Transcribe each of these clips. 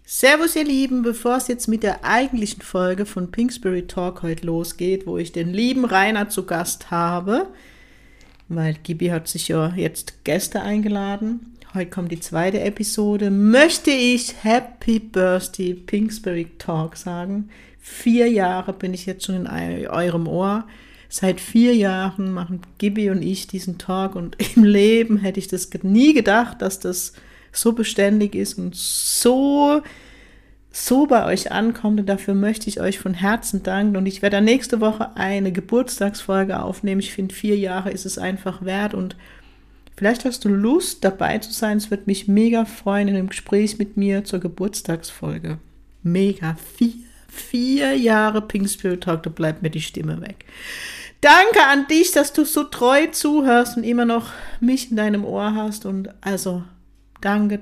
Servus ihr Lieben, bevor es jetzt mit der eigentlichen Folge von Pink Spirit Talk heute losgeht, wo ich den lieben Rainer zu Gast habe, weil Gibi hat sich ja jetzt Gäste eingeladen. Heute kommt die zweite Episode. Möchte ich Happy Birthday Pink Spirit Talk sagen. 4 Jahre bin ich jetzt schon in eurem Ohr. Seit 4 Jahren machen Gibi und ich diesen Talk und im Leben hätte ich das nie gedacht, dass das so beständig ist und so bei euch ankommt, und dafür möchte ich euch von Herzen danken. Und ich werde nächste Woche eine Geburtstagsfolge aufnehmen. Ich finde, 4 Jahre ist es einfach wert, und vielleicht hast du Lust, dabei zu sein. Es würde mich mega freuen in einem Gespräch mit mir zur Geburtstagsfolge. Mega. 4 Jahre Pink Spirit Talk, da bleibt mir die Stimme weg. Danke an dich, dass du so treu zuhörst und immer noch mich in deinem Ohr hast. Und also, danke.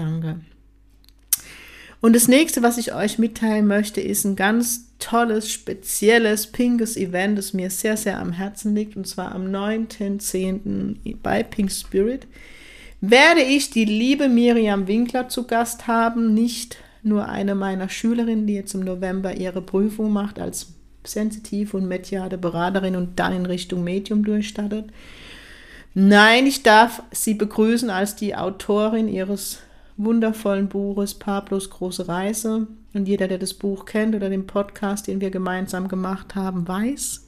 Und das nächste, was ich euch mitteilen möchte, ist ein ganz tolles, spezielles, pinkes Event, das mir sehr, sehr am Herzen liegt. Und zwar am 9.10. bei Pink Spirit werde ich die liebe Miriam Winkler zu Gast haben. Nicht nur eine meiner Schülerinnen, die jetzt im November ihre Prüfung macht als sensitive und mediale Beraterin und dann in Richtung Medium durchstartet. Nein, ich darf sie begrüßen als die Autorin ihres wundervollen Buches Pablos große Reise. Und jeder, der das Buch kennt oder den Podcast, den wir gemeinsam gemacht haben, weiß,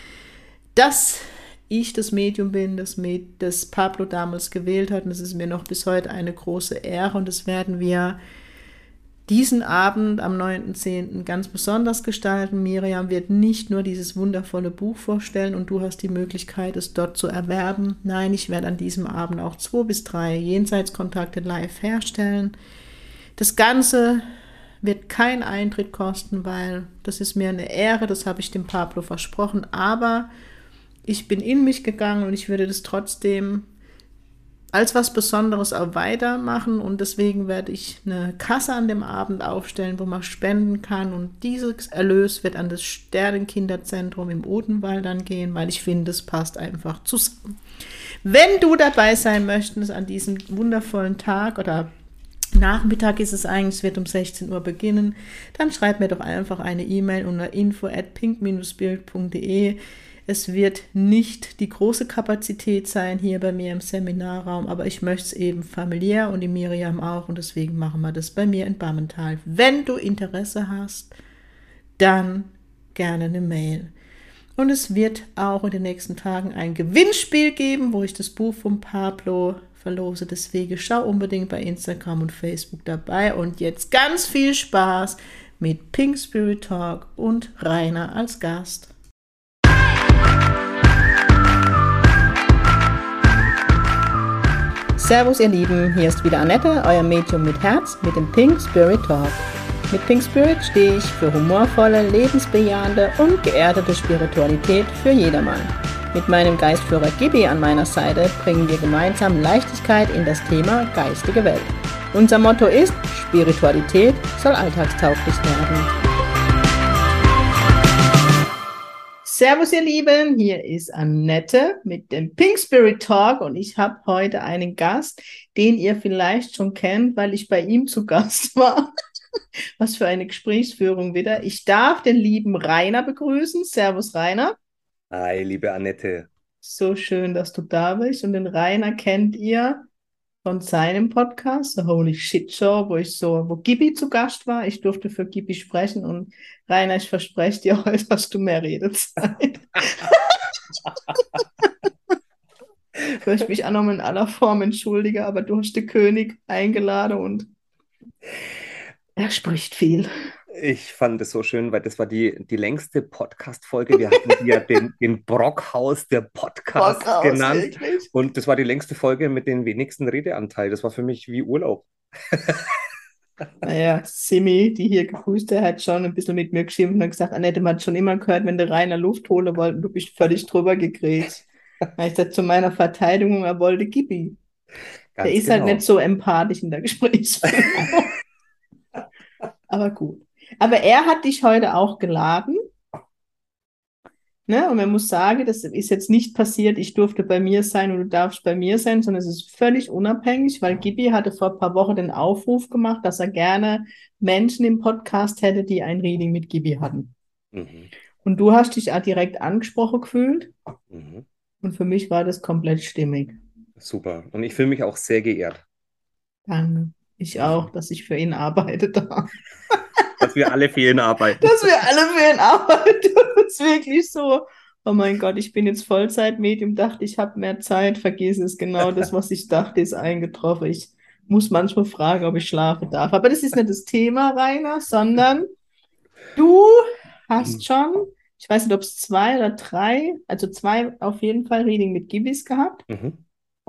dass ich das Medium bin, das Pablo damals gewählt hat. Und es ist mir noch bis heute eine große Ehre. Und das werden wir diesen Abend am 9.10. ganz besonders gestalten. Miriam wird nicht nur dieses wundervolle Buch vorstellen und du hast die Möglichkeit, es dort zu erwerben. Nein, ich werde an diesem Abend auch 2 bis 3 Jenseitskontakte live herstellen. Das Ganze wird keinen Eintritt kosten, weil das ist mir eine Ehre, das habe ich dem Pablo versprochen. Aber ich bin in mich gegangen und ich würde das trotzdem als was Besonderes auch weitermachen, und deswegen werde ich eine Kasse an dem Abend aufstellen, wo man spenden kann, und dieses Erlös wird an das Sternenkinderzentrum im Odenwald dann gehen, weil ich finde, es passt einfach zusammen. Wenn du dabei sein möchtest an diesem wundervollen Tag oder Nachmittag ist es eigentlich, es wird um 16 Uhr beginnen, dann schreib mir doch einfach eine E-Mail unter info@pink-spirit.de. Es wird nicht die große Kapazität sein hier bei mir im Seminarraum, aber ich möchte es eben familiär und die Miriam auch, und deswegen machen wir das bei mir in Bammental. Wenn du Interesse hast, dann gerne eine Mail. Und es wird auch in den nächsten Tagen ein Gewinnspiel geben, wo ich das Buch von Pablo verlose. Deswegen schau unbedingt bei Instagram und Facebook dabei. Und jetzt ganz viel Spaß mit Pink Spirit Talk und Rainer als Gast. Servus ihr Lieben, hier ist wieder Annette, euer Medium mit Herz, mit dem Pink Spirit Talk. Mit Pink Spirit stehe ich für humorvolle, lebensbejahende und geerdete Spiritualität für jedermann. Mit meinem Geistführer Gibi an meiner Seite bringen wir gemeinsam Leichtigkeit in das Thema geistige Welt. Unser Motto ist, Spiritualität soll alltagstauglich werden. Servus ihr Lieben, hier ist Annette mit dem Pink Spirit Talk, und ich habe heute einen Gast, den ihr vielleicht schon kennt, weil ich bei ihm zu Gast war. Was für eine Gesprächsführung wieder. Ich darf den lieben Rainer begrüßen. Servus Rainer. Hi, liebe Annette. So schön, dass du da bist. Und den Rainer kennt ihr von seinem Podcast, The Holy Shit Show, wo Gibi zu Gast war. Ich durfte für Gibi sprechen, und Rainer, ich verspreche dir, heute hast du mehr Redezeit. Ich möchte mich auch noch in aller Form entschuldigen, aber du hast den König eingeladen und er spricht viel. Ich fand es so schön, weil das war die längste Podcast-Folge. Wir hatten ja den Brockhaus der Podcasts Brockhaus, genannt. wirklich. Und das war die längste Folge mit den wenigsten Redeanteil. Das war für mich wie Urlaub. Naja, Simi, die hier gegrüßt hat, schon ein bisschen mit mir geschimpft und gesagt, Annette, man hat schon immer gehört, wenn der Rainer Luft holen wollte, du bist völlig drüber gegrätscht. Ich sagte zu meiner Verteidigung, er wollte Gibi. Der Ganz ist halt nicht genau. so empathisch in der Gesprächsführung. Aber gut. Aber er hat dich heute auch geladen, Ne? Und man muss sagen, das ist jetzt nicht passiert, ich durfte bei mir sein und du darfst bei mir sein, sondern es ist völlig unabhängig, weil Gibi hatte vor ein paar Wochen den Aufruf gemacht, dass er gerne Menschen im Podcast hätte, die ein Reading mit Gibi hatten. Mhm. Und du hast dich auch direkt angesprochen gefühlt Mhm. und für mich war das komplett stimmig. Super. Und ich fühle mich auch sehr geehrt, Danke. Ich auch, mhm. dass ich für ihn arbeite da. Dass wir alle für ihn arbeiten. Dass wir alle für ihn arbeiten. Das ist wirklich so. Oh mein Gott, ich bin jetzt Vollzeitmedium, dachte, ich habe mehr Zeit, vergiss es. Genau das, was ich dachte, ist eingetroffen. Ich muss manchmal fragen, ob ich schlafen darf. Aber das ist nicht das Thema, Rainer, sondern du hast schon, ich weiß nicht, ob es zwei oder drei, also zwei auf jeden Fall Reading mit Gibis gehabt. Mhm.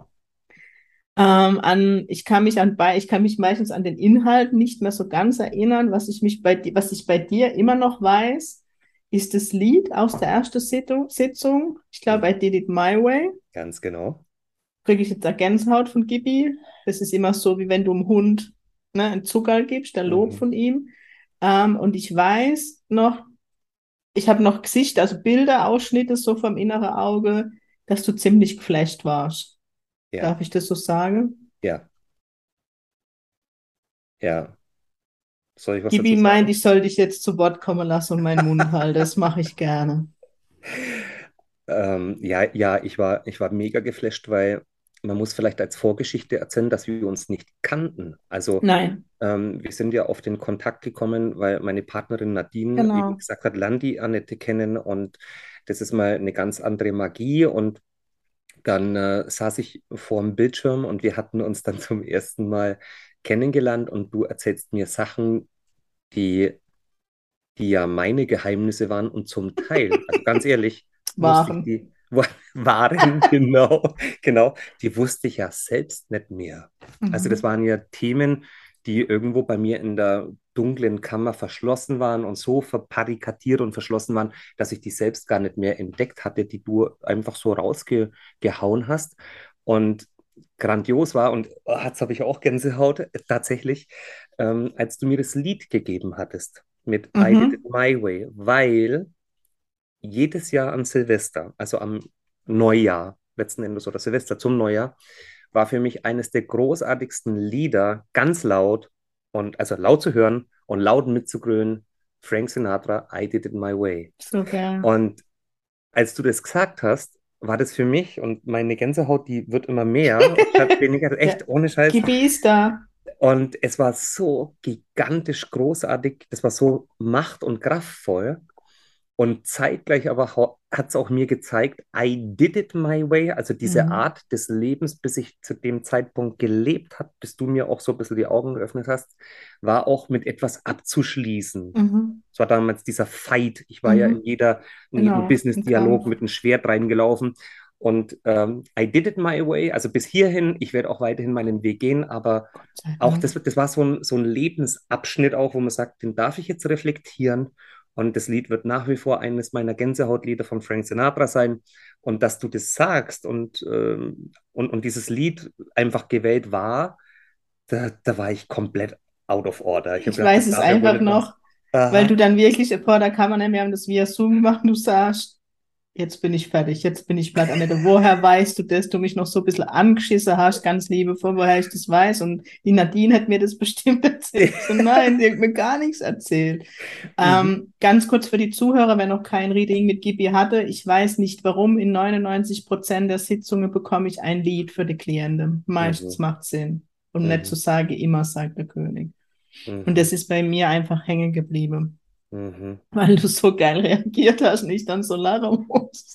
Ich kann mich meistens an den Inhalt nicht mehr so ganz erinnern. Was ich bei dir immer noch weiß, ist das Lied aus der ersten Sitzung. Ich glaube, I Mhm. Did It My Way. Ganz genau. Kriege ich jetzt eine Gänsehaut von Gibi. Das ist immer so, wie wenn du einem Hund, ne, ein Zuckerl gibst, der Lob Mhm. von ihm. Und ich weiß noch, ich habe noch Gesicht, also Bilder, Ausschnitte so vom inneren Auge, dass du ziemlich geflasht warst. Ja, Darf ich das so sagen? ja, ja. Soll ich was dazu Gibi meint, sagen? ich soll dich jetzt zu Wort kommen lassen und meinen Mund halten. Das mache ich gerne. Ja, ich war mega geflasht, weil man muss vielleicht als Vorgeschichte erzählen, dass wir uns nicht kannten. Also Nein, wir sind ja auf den Kontakt gekommen, weil meine Partnerin Nadine eben genau. gesagt hat, lern die Annette kennen und das ist mal eine ganz andere Magie. Und dann saß ich vor dem Bildschirm und wir hatten uns dann zum ersten Mal kennengelernt und du erzählst mir Sachen, die die ja meine Geheimnisse waren und zum Teil, also ganz ehrlich, wusste ich Waren. die waren, genau, genau, die wusste ich ja selbst nicht mehr. Also das Mhm. waren ja Themen, die irgendwo bei mir in der dunklen Kammer verschlossen waren und so verbarrikadiert und verschlossen waren, dass ich die selbst gar nicht mehr entdeckt hatte, die du einfach so rausgehauen hast. Und grandios war, und jetzt habe ich auch Gänsehaut, tatsächlich, als du mir das Lied gegeben hattest mit I Did It Mhm. My Way, weil jedes Jahr an Silvester, also am Neujahr, letzten Endes oder Silvester zum Neujahr, war für mich eines der großartigsten Lieder, ganz laut und also laut zu hören und laut mitzugrölen, Frank Sinatra, I Did It My Way. Super. Und als du das gesagt hast, war das für mich und meine Gänsehaut, die wird immer mehr statt weniger, Ja. echt ohne Scheiß. Gibi ist da. Und es war so gigantisch großartig, das war so macht- und kraftvoll. Und zeitgleich aber hat es auch mir gezeigt, I did it my way, also diese Mhm. Art des Lebens, bis ich zu dem Zeitpunkt gelebt habe, bis du mir auch so ein bisschen die Augen geöffnet hast, war auch mit etwas abzuschließen. Mhm. Es war damals dieser Fight. Ich war ja Mhm. in jedem Genau. Ein Business-Dialog Kampf. mit einem Schwert reingelaufen. Und I did it my way, also bis hierhin. Ich werde auch weiterhin meinen Weg gehen, aber Gott sei auch Dank. das war so ein Lebensabschnitt auch, wo man sagt, den darf ich jetzt reflektieren. Und das Lied wird nach wie vor eines meiner Gänsehautlieder von Frank Sinatra sein. Und dass du das sagst und dieses Lied einfach gewählt war, da war ich komplett out of order. Ich habe Ich gedacht, weiß das es darf ja wohl einfach nicht wahr sein. noch, weil du Aha. dann wirklich vor der Kamera, wir haben das via Zoom gemacht, und du sagst, jetzt bin ich fertig, jetzt bin ich platt, Annette. Woher weißt du das? Du mich noch so ein bisschen angeschissen hast, ganz liebevoll, woher ich das weiß. Und die Nadine hat mir das bestimmt erzählt. Ich so, nein, die hat mir gar nichts erzählt. Mhm. Ganz kurz für die Zuhörer, wer noch kein Reading mit Gibi hatte, ich weiß nicht warum, in 99% der Sitzungen bekomme ich ein Lied für die Klienten. Meistens Mhm. macht Sinn. Und nicht zu Mhm. sagen, immer sagt der König. Und Mhm. das ist bei mir einfach hängen geblieben, Mhm. weil du so geil reagiert hast und ich dann so lachen muss.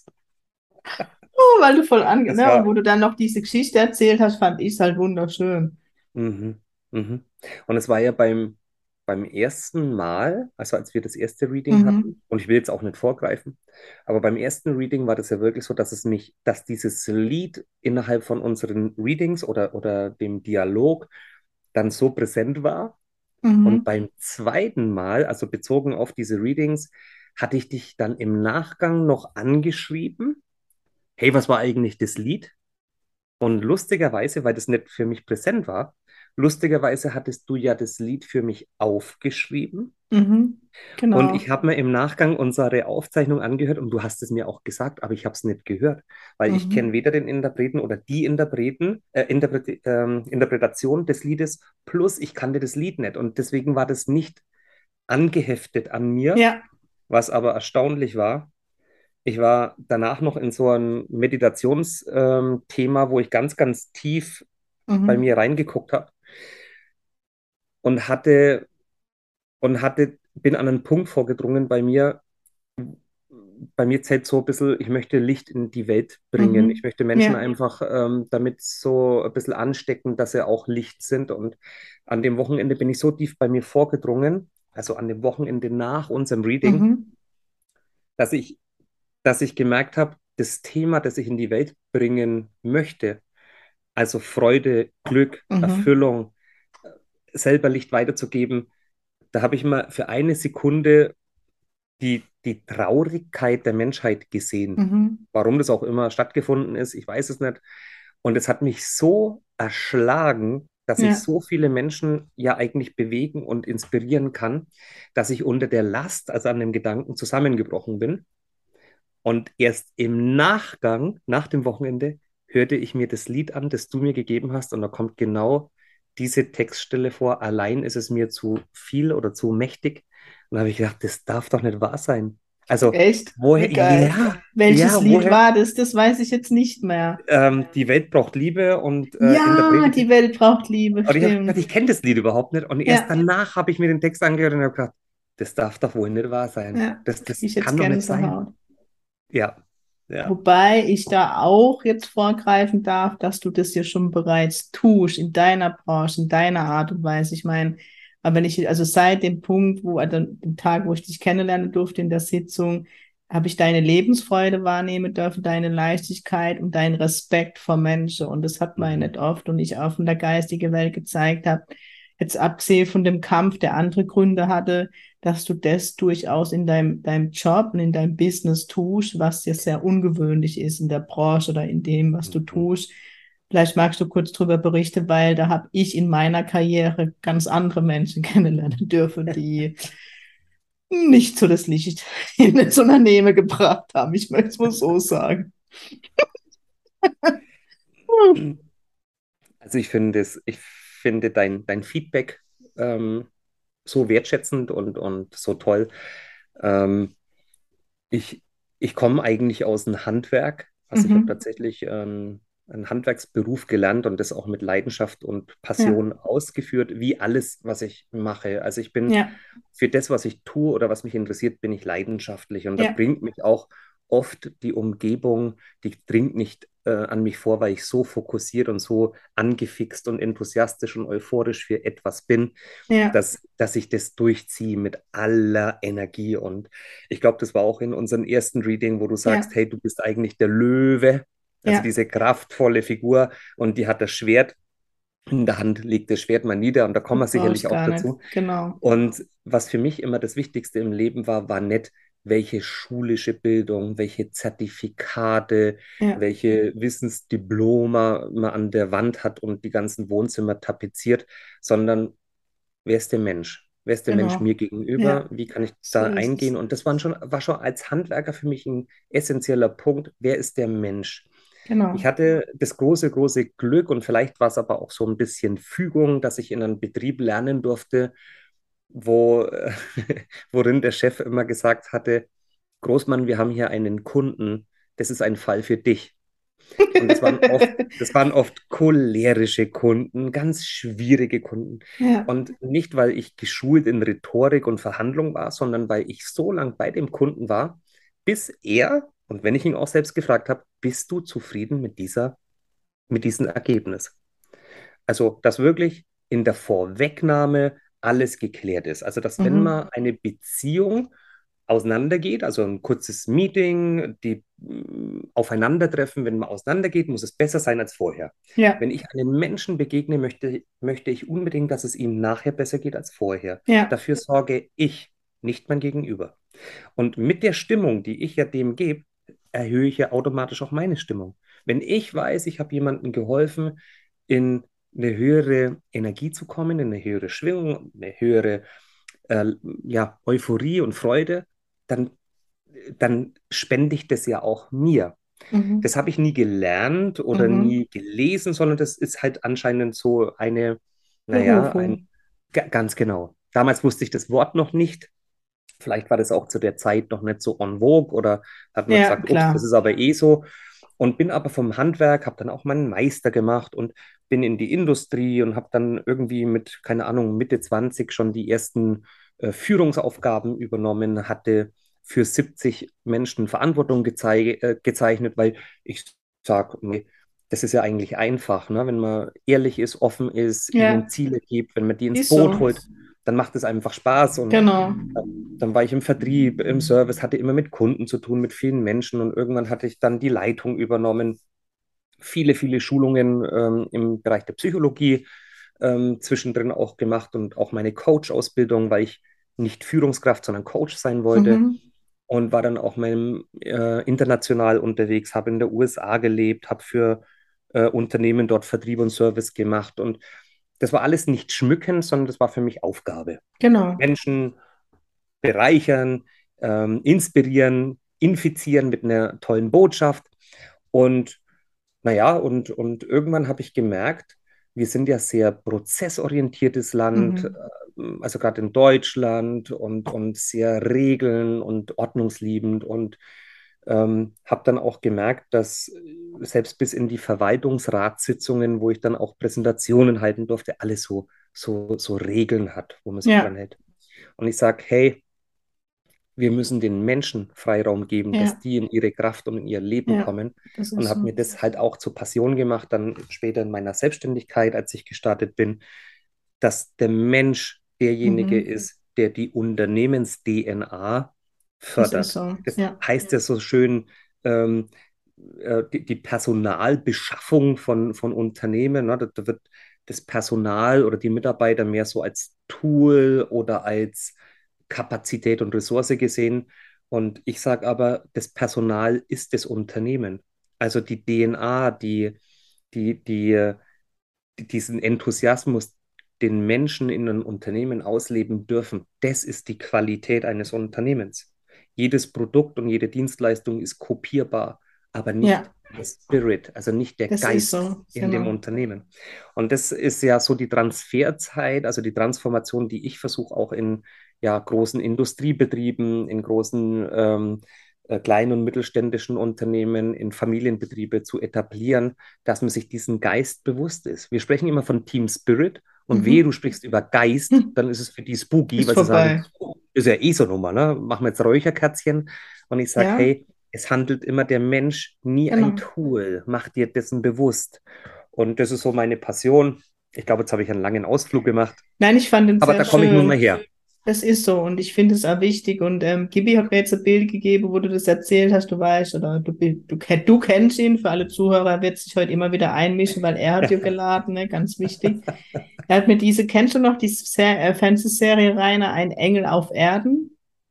Oh, weil du voll Das ne? Und wo war, du dann noch diese Geschichte erzählt hast, fand ich es halt wunderschön. mhm. Mhm. Und es war ja beim ersten Mal, also als wir das erste Reading Mhm. hatten, und ich will jetzt auch nicht vorgreifen, aber beim ersten Reading war das ja wirklich so, dass dieses Lied innerhalb von unseren Readings oder dem Dialog dann so präsent war. Und Mhm. beim zweiten Mal, also bezogen auf diese Readings, hatte ich dich dann im Nachgang noch angeschrieben. Hey, was war eigentlich das Lied? Und lustigerweise, weil das nicht für mich präsent war, lustigerweise hattest du ja das Lied für mich aufgeschrieben. Mhm. Und ich Genau. habe mir im Nachgang unsere Aufzeichnung angehört und du hast es mir auch gesagt, aber ich habe es nicht gehört, weil ich kenne Mhm. weder den Interpreten oder die Interpretation des Liedes, plus ich kannte das Lied nicht und deswegen war das nicht angeheftet an mir, Ja. was aber erstaunlich war. Ich war danach noch in so einem Meditationsthema, wo ich ganz, ganz tief bei Mhm. mir reingeguckt habe und bin an einen Punkt vorgedrungen bei mir zählt so ein bisschen, ich möchte Licht in die Welt bringen. Ich Mhm. möchte Menschen Ja. einfach damit so ein bisschen anstecken, dass sie auch Licht sind. Und an dem Wochenende bin ich so tief bei mir vorgedrungen, also an dem Wochenende nach unserem Reading, Mhm. dass ich, dass ich gemerkt habe, das Thema, das ich in die Welt bringen möchte, also Freude, Glück, Mhm. Erfüllung, selber Licht weiterzugeben, da habe ich mal für eine Sekunde die Traurigkeit der Menschheit gesehen. Mhm. Warum das auch immer stattgefunden ist, ich weiß es nicht. Und es hat mich so erschlagen, dass ich Ja. so viele Menschen ja eigentlich bewegen und inspirieren kann, dass ich unter der Last, also an dem Gedanken, zusammengebrochen bin. Und erst im Nachgang, nach dem Wochenende, hörte ich mir das Lied an, das du mir gegeben hast. Und da kommt genau diese Textstelle vor. Allein ist es mir zu viel oder zu mächtig. Und da habe ich gedacht, das darf doch nicht wahr sein. Also, Echt? Wie woher, geil. ja, Welches ja, Lied woher? war das? Das weiß ich jetzt nicht mehr. Die Welt braucht Liebe und Ja, Interpreten. die Welt braucht Liebe, Und ich habe gedacht, stimmt. ich kenne das Lied überhaupt nicht. Und erst Ja, danach habe ich mir den Text angehört und habe gedacht, das darf doch wohl nicht wahr sein. ja, kriege Das ich jetzt kann doch nicht sein. Gänsehaut. Ja, ja. Wobei ich da auch jetzt vorgreifen darf, dass du das ja schon bereits tust in deiner Branche, in deiner Art und Weise. Ich meine, aber wenn ich, also seit dem Punkt, also dem Tag, wo ich dich kennenlernen durfte in der Sitzung, habe ich deine Lebensfreude wahrnehmen dürfen, deine Leichtigkeit und deinen Respekt vor Menschen. Und das hat man ja Mhm. nicht oft. Und ich auch von der geistigen Welt gezeigt habe, jetzt abgesehen von dem Kampf, der andere Gründe hatte, dass du das durchaus in deinem Job und in deinem Business tust, was ja sehr ungewöhnlich ist in der Branche oder in dem, was du Mhm. tust. Vielleicht magst du kurz darüber berichten, weil da habe ich in meiner Karriere ganz andere Menschen kennenlernen dürfen, die nicht so das Licht in das Unternehmen gebracht haben. Ich möchte es mal so sagen. Also ich finde dein Feedback ähm, so wertschätzend und so toll. Ähm, ich ich komme eigentlich aus dem Handwerk. Also ich habe Mhm. tatsächlich einen Handwerksberuf gelernt und das auch mit Leidenschaft und Ja, Passion ausgeführt, wie alles, was ich mache. Also ich bin ja, für das, was ich tue oder was mich interessiert, bin ich leidenschaftlich. Und da ja, bringt mich auch oft die Umgebung, die dringt nicht an mich vor, weil ich so fokussiert und so angefixt und enthusiastisch und euphorisch für etwas bin, ja, dass ich das durchziehe mit aller Energie. Und ich glaube, das war auch in unserem ersten Reading, wo du sagst, ja, hey, du bist eigentlich der Löwe, also ja. diese kraftvolle Figur und die hat das Schwert in der Hand, legt das Schwert mal nieder und da kommen Du wir sicherlich brauchst auch gar nicht. dazu. Genau. Und was für mich immer das Wichtigste im Leben war, war nicht, welche schulische Bildung, welche Zertifikate, Ja, welche Wissensdiploma man an der Wand hat und die ganzen Wohnzimmer tapeziert, sondern wer ist der Mensch? Wer ist der Mensch mir genau. gegenüber? Ja, Wie kann ich so da ist eingehen? es. Und das war schon als Handwerker für mich ein essentieller Punkt. Wer ist der Mensch? Ich Genau. hatte das große, große Glück und vielleicht war es aber auch so ein bisschen Fügung, dass ich in einem Betrieb lernen durfte, wo, worin der Chef immer gesagt hatte, Großmann, wir haben hier einen Kunden, das ist ein Fall für dich. Und das waren oft cholerische Kunden, ganz schwierige Kunden. Ja, Und nicht, weil ich geschult in Rhetorik und Verhandlung war, sondern weil ich so lang bei dem Kunden war, bis er, und wenn ich ihn auch selbst gefragt habe, bist du zufrieden mit mit diesem Ergebnis? Also, dass wirklich in der Vorwegnahme alles geklärt ist. Also, dass wenn mhm. man eine Beziehung auseinandergeht, also ein kurzes Meeting, die aufeinandertreffen, wenn man auseinandergeht, muss es besser sein als vorher. Ja, Wenn ich einem Menschen begegne, möchte ich unbedingt, dass es ihm nachher besser geht als vorher. ja, Dafür sorge ich, nicht mein Gegenüber. Und mit der Stimmung, die ich ja dem gebe, erhöhe ich ja automatisch auch meine Stimmung. Wenn ich weiß, ich habe jemandem geholfen, in eine höhere Energie zu kommen, in eine höhere Schwingung, eine höhere äh, ja, Euphorie und Freude, dann, dann spende ich das ja auch mir. Mhm. Das habe ich nie gelernt oder Mhm. nie gelesen, sondern das ist halt anscheinend so eine, naja, Berufung. ganz genau. Damals wusste ich das Wort noch nicht. Vielleicht war das auch zu der Zeit noch nicht so en vogue oder hat man Ja, gesagt, ups, das klar. ist aber eh so. Und bin aber vom Handwerk, habe dann auch meinen Meister gemacht und bin in die Industrie und habe dann irgendwie mit, keine Ahnung, Mitte 20 schon die ersten Führungsaufgaben übernommen, hatte für 70 Menschen Verantwortung gezeichnet, weil ich sage, nee, das ist ja eigentlich einfach, ne? Wenn man ehrlich ist, offen ist, ihnen Ja, Ziele gibt, wenn man die ins ist Boot so. holt, dann macht es einfach Spaß. Und Genau. dann war ich im Vertrieb, im Service, hatte immer mit Kunden zu tun, mit vielen Menschen und irgendwann hatte ich dann die Leitung übernommen, viele, viele Schulungen im Bereich der Psychologie zwischendrin auch gemacht und auch meine Coach-Ausbildung, weil ich nicht Führungskraft, sondern Coach sein wollte Mhm. und war dann auch international unterwegs, habe in der USA gelebt, habe für Unternehmen dort Vertrieb und Service gemacht und das war alles nicht schmücken, sondern das war für mich Aufgabe. Genau. Menschen bereichern, inspirieren, infizieren mit einer tollen Botschaft. Und naja, und irgendwann habe ich gemerkt, wir sind ja sehr prozessorientiertes Land, Mhm. also gerade in Deutschland und sehr regeln- und ordnungsliebend und habe dann auch gemerkt, dass selbst bis in die Verwaltungsratssitzungen, wo ich dann auch Präsentationen halten durfte, alles so Regeln hat, wo man sich dran Ja, hält. Und ich sage, hey, wir müssen den Menschen Freiraum geben, dass ja, die in ihre Kraft und in ihr Leben ja, kommen. das Und ist habe so. mir das halt auch zur Passion gemacht, dann später in meiner Selbstständigkeit, als ich gestartet bin, dass der Mensch derjenige Mhm. ist, der die Unternehmens-DNA Das ist fördert. so. Das Ja, heißt ja so schön, ähm, die Personalbeschaffung von Unternehmen, ne, da wird das Personal oder die Mitarbeiter mehr so als Tool oder als Kapazität und Ressource gesehen. Und ich sage aber, das Personal ist das Unternehmen. Also die DNA, die, die, diesen Enthusiasmus, den Menschen in einem Unternehmen ausleben dürfen, das ist die Qualität eines Unternehmens. Jedes Produkt und jede Dienstleistung ist kopierbar, aber nicht ja, der Spirit, also nicht der das ist Geist so. in dem Genau. Unternehmen. Und das ist ja so die Transferzeit, also die Transformation, die ich versuche auch in ja, großen Industriebetrieben, in großen kleinen und mittelständischen Unternehmen, in Familienbetriebe zu etablieren, dass man sich diesen Geist bewusst ist. Wir sprechen immer von Team Spirit und wehe, du Mhm. sprichst über Geist, dann ist es für die spooky, Ist weil sie sagen, vorbei. oh, ist ja eh so Nummer, ne? Machen wir jetzt Räucherkerzchen. Und ich sage, Ja, hey, es handelt immer der Mensch, nie ein genau. Tool. Mach dir dessen bewusst. Und das ist so meine Passion. Ich glaube, jetzt habe ich einen langen Ausflug gemacht, Nein, ich fand den aber sehr da komme ich nun mal schön. her. Das ist so und ich finde es auch wichtig. Und Gibi hat mir jetzt ein Bild gegeben, wo du das erzählt hast, du weißt, oder du kennst ihn, für alle Zuhörer er wird sich heute immer wieder einmischen, weil er hat dir geladen, ne? Ganz wichtig. Er hat mir kennst du noch die Fernsehserie Rainer, ein Engel auf Erden?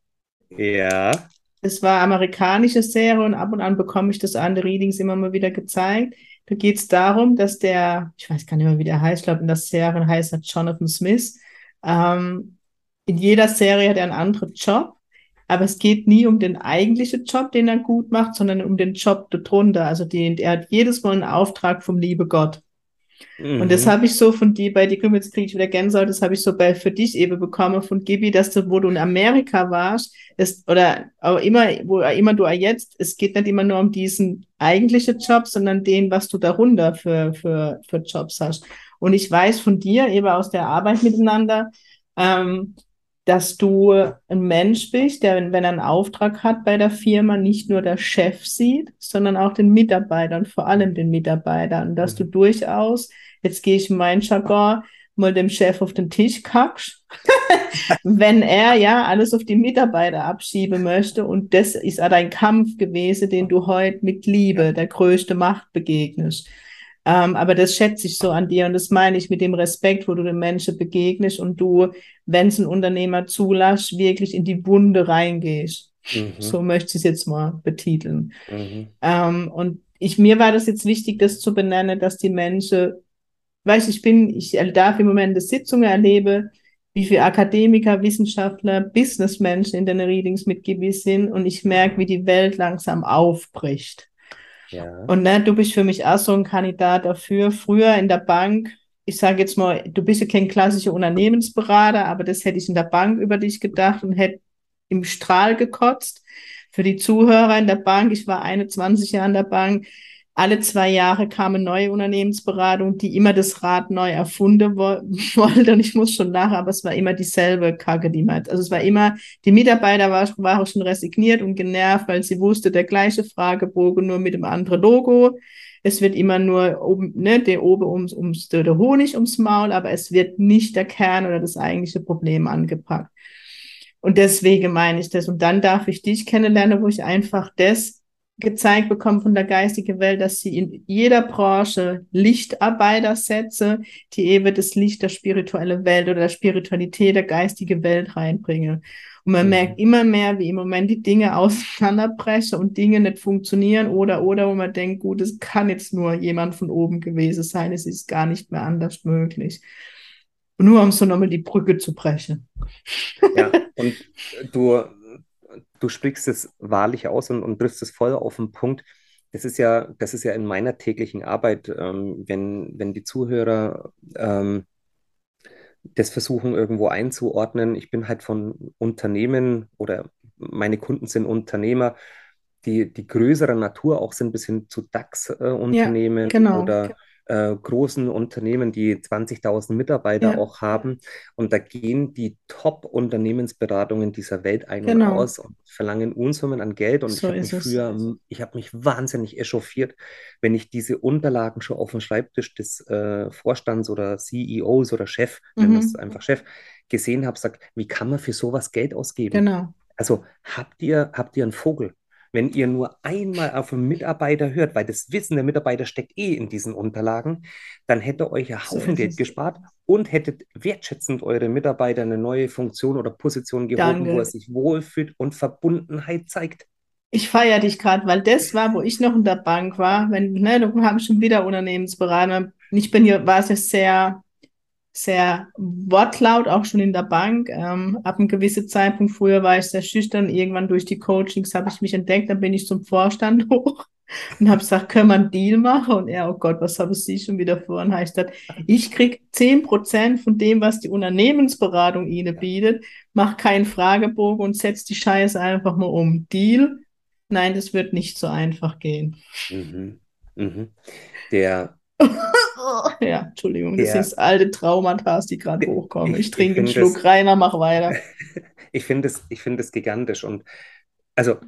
Ja. Das war amerikanische Serie und ab und an bekomme ich das an den Readings immer mal wieder gezeigt. Da geht es darum, dass ich weiß gar nicht mehr, wie der heißt, ich glaube, in der Serie heißt er Jonathan Smith. Ähm, in jeder Serie hat er einen anderen Job, aber es geht nie um den eigentlichen Job, den er gut macht, sondern um den Job darunter. Also er hat jedes Mal einen Auftrag vom liebe Gott. Und das Mhm. habe ich so von dir, bei dir, jetzt kriege ich wieder Gänsehaut, das habe ich so für dich eben bekommen von Gibi, dass du, wo du in Amerika warst, oder auch immer, wo immer du jetzt, es geht nicht immer nur um diesen eigentlichen Job, sondern den, was du darunter für Jobs hast. Und ich weiß von dir, eben aus der Arbeit miteinander, ähm, dass du ein Mensch bist, der, wenn er einen Auftrag hat bei der Firma, nicht nur der Chef sieht, sondern auch den Mitarbeiter und vor allem den Mitarbeiter. Und dass du Mhm. durchaus, jetzt gehe ich in meinen Jargon, mal dem Chef auf den Tisch kackst, wenn er ja alles auf die Mitarbeiter abschieben möchte. Und das ist auch dein Kampf gewesen, den du heute mit Liebe, der größte Macht begegnest. Aber das schätze ich so an dir und das meine ich mit dem Respekt, wo du den Menschen begegnest und du, wenn es ein Unternehmer zulässt, wirklich in die Wunde reingehst. Mhm. So möchte ich es jetzt mal betiteln. Mhm. Und mir war das jetzt wichtig, das zu benennen, dass die Menschen weißt, ich darf im Moment Sitzungen erlebe, wie viele Akademiker, Wissenschaftler, Businessmenschen in den Readings mit Gibi sind und ich merke, wie die Welt langsam aufbricht. Ja. Und ne, du bist für mich auch so ein Kandidat dafür. Früher in der Bank, ich sage jetzt mal, du bist ja kein klassischer Unternehmensberater, aber das hätte ich in der Bank über dich gedacht und hätte im Strahl gekotzt. Für die Zuhörer in der Bank, ich war 21 Jahre in der Bank, alle 2 Jahre kamen neue Unternehmensberatung, die immer das Rad neu erfunden wollte. Und ich muss schon lachen, aber es war immer dieselbe Kacke, die man, also es war immer, die Mitarbeiter waren schon resigniert und genervt, weil sie wusste, der gleiche Fragebogen, nur mit dem anderen Logo. Es wird immer nur oben, ne, der oben der Honig ums Maul, aber es wird nicht der Kern oder das eigentliche Problem angepackt. Und deswegen meine ich das. Und dann darf ich dich kennenlernen, wo ich einfach das gezeigt bekomme von der geistigen Welt, dass sie in jeder Branche Lichtarbeiter setze, die eben das Licht der spirituellen Welt oder der Spiritualität der geistigen Welt reinbringe. Und man Mhm. merkt immer mehr, wie im Moment die Dinge auseinanderbrechen und Dinge nicht funktionieren oder wo man denkt, gut, es kann jetzt nur jemand von oben gewesen sein, es ist gar nicht mehr anders möglich. Und nur um so nochmal die Brücke zu brechen. Ja, und du sprichst es wahrlich aus und triffst es voll auf den Punkt. Das ist ja in meiner täglichen Arbeit, wenn die Zuhörer das versuchen irgendwo einzuordnen. Ich bin halt von Unternehmen oder meine Kunden sind Unternehmer, die größerer Natur auch sind, bis hin zu Ja, DAX-Unternehmen genau. oder großen Unternehmen, die 20.000 Mitarbeiter Ja, auch haben. Und da gehen die Top-Unternehmensberatungen dieser Welt ein und genau. aus und verlangen Unsummen an Geld. Und So ist es. ich habe mich wahnsinnig echauffiert, wenn ich diese Unterlagen schon auf dem Schreibtisch des Vorstands oder CEOs oder Chef, nennen wir es Mhm, einfach Chef, gesehen habe, sagt, wie kann man für sowas Geld ausgeben? genau. Also habt ihr einen Vogel? Wenn ihr nur einmal auf einen Mitarbeiter hört, weil das Wissen der Mitarbeiter steckt eh in diesen Unterlagen, dann hätte euch ein So Haufen ist Geld es. gespart und hättet wertschätzend eure Mitarbeiter eine neue Funktion oder Position gehoben, wo er Danke. sich wohlfühlt und Verbundenheit zeigt. Ich feiere dich gerade, weil das war, wo ich noch in der Bank war. Wenn, ne, du haben schon wieder Unternehmensberater. Ich bin hier, war es sehr, sehr wortlaut, auch schon in der Bank. Ab einem gewissen Zeitpunkt, früher war ich sehr schüchtern. Irgendwann durch die Coachings habe ich mich entdeckt, dann bin ich zum Vorstand hoch und habe gesagt, können wir einen Deal machen? Und er, oh Gott, was habe ich schon wieder vor? Und habe ich gesagt, ich krieg 10% von dem, was die Unternehmensberatung Ihnen bietet, mach keinen Fragebogen und setz die Scheiße einfach mal um. Deal? Nein, das wird nicht so einfach gehen. Mhm. Mhm. Der, Ja, Entschuldigung, das der, sind alte Traumata, die gerade der hochkommen. Ich ich trinke einen finde es, Schluck Reiner, mach weiter. ich finde es gigantisch. Und also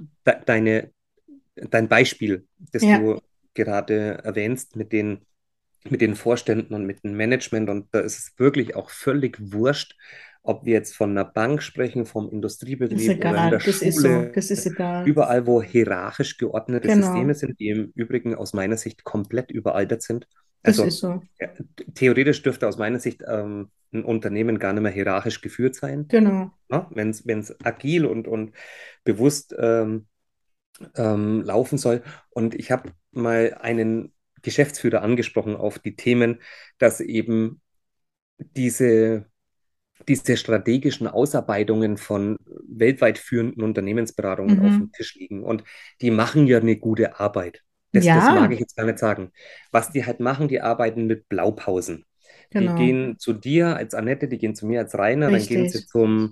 dein Beispiel, das Ja, du gerade erwähnst mit den Vorständen und mit dem Management. Und da ist es wirklich auch völlig wurscht, ob wir jetzt von einer Bank sprechen, vom ist Industriebetrieb oder in egal. der Das ist so. Schule, Das ist egal. überall, wo hierarchisch geordnete Systeme Genau. sind, die im Übrigen aus meiner Sicht komplett überaltert sind. Das Also ist so. ja, theoretisch dürfte aus meiner Sicht ein Unternehmen gar nicht mehr hierarchisch geführt sein, Genau. ne? Wenn es agil und bewusst laufen soll. Und ich habe mal einen Geschäftsführer angesprochen auf die Themen, dass eben diese, diese strategischen Ausarbeitungen von weltweit führenden Unternehmensberatungen auf dem Mhm. Tisch liegen. Und die machen ja eine gute Arbeit. Das mag Ja, ich jetzt gar nicht sagen. Was die halt machen, die arbeiten mit Blaupausen. Die genau. gehen zu dir als Annette, die gehen zu mir als Rainer, dann gehen sie Richtig. zum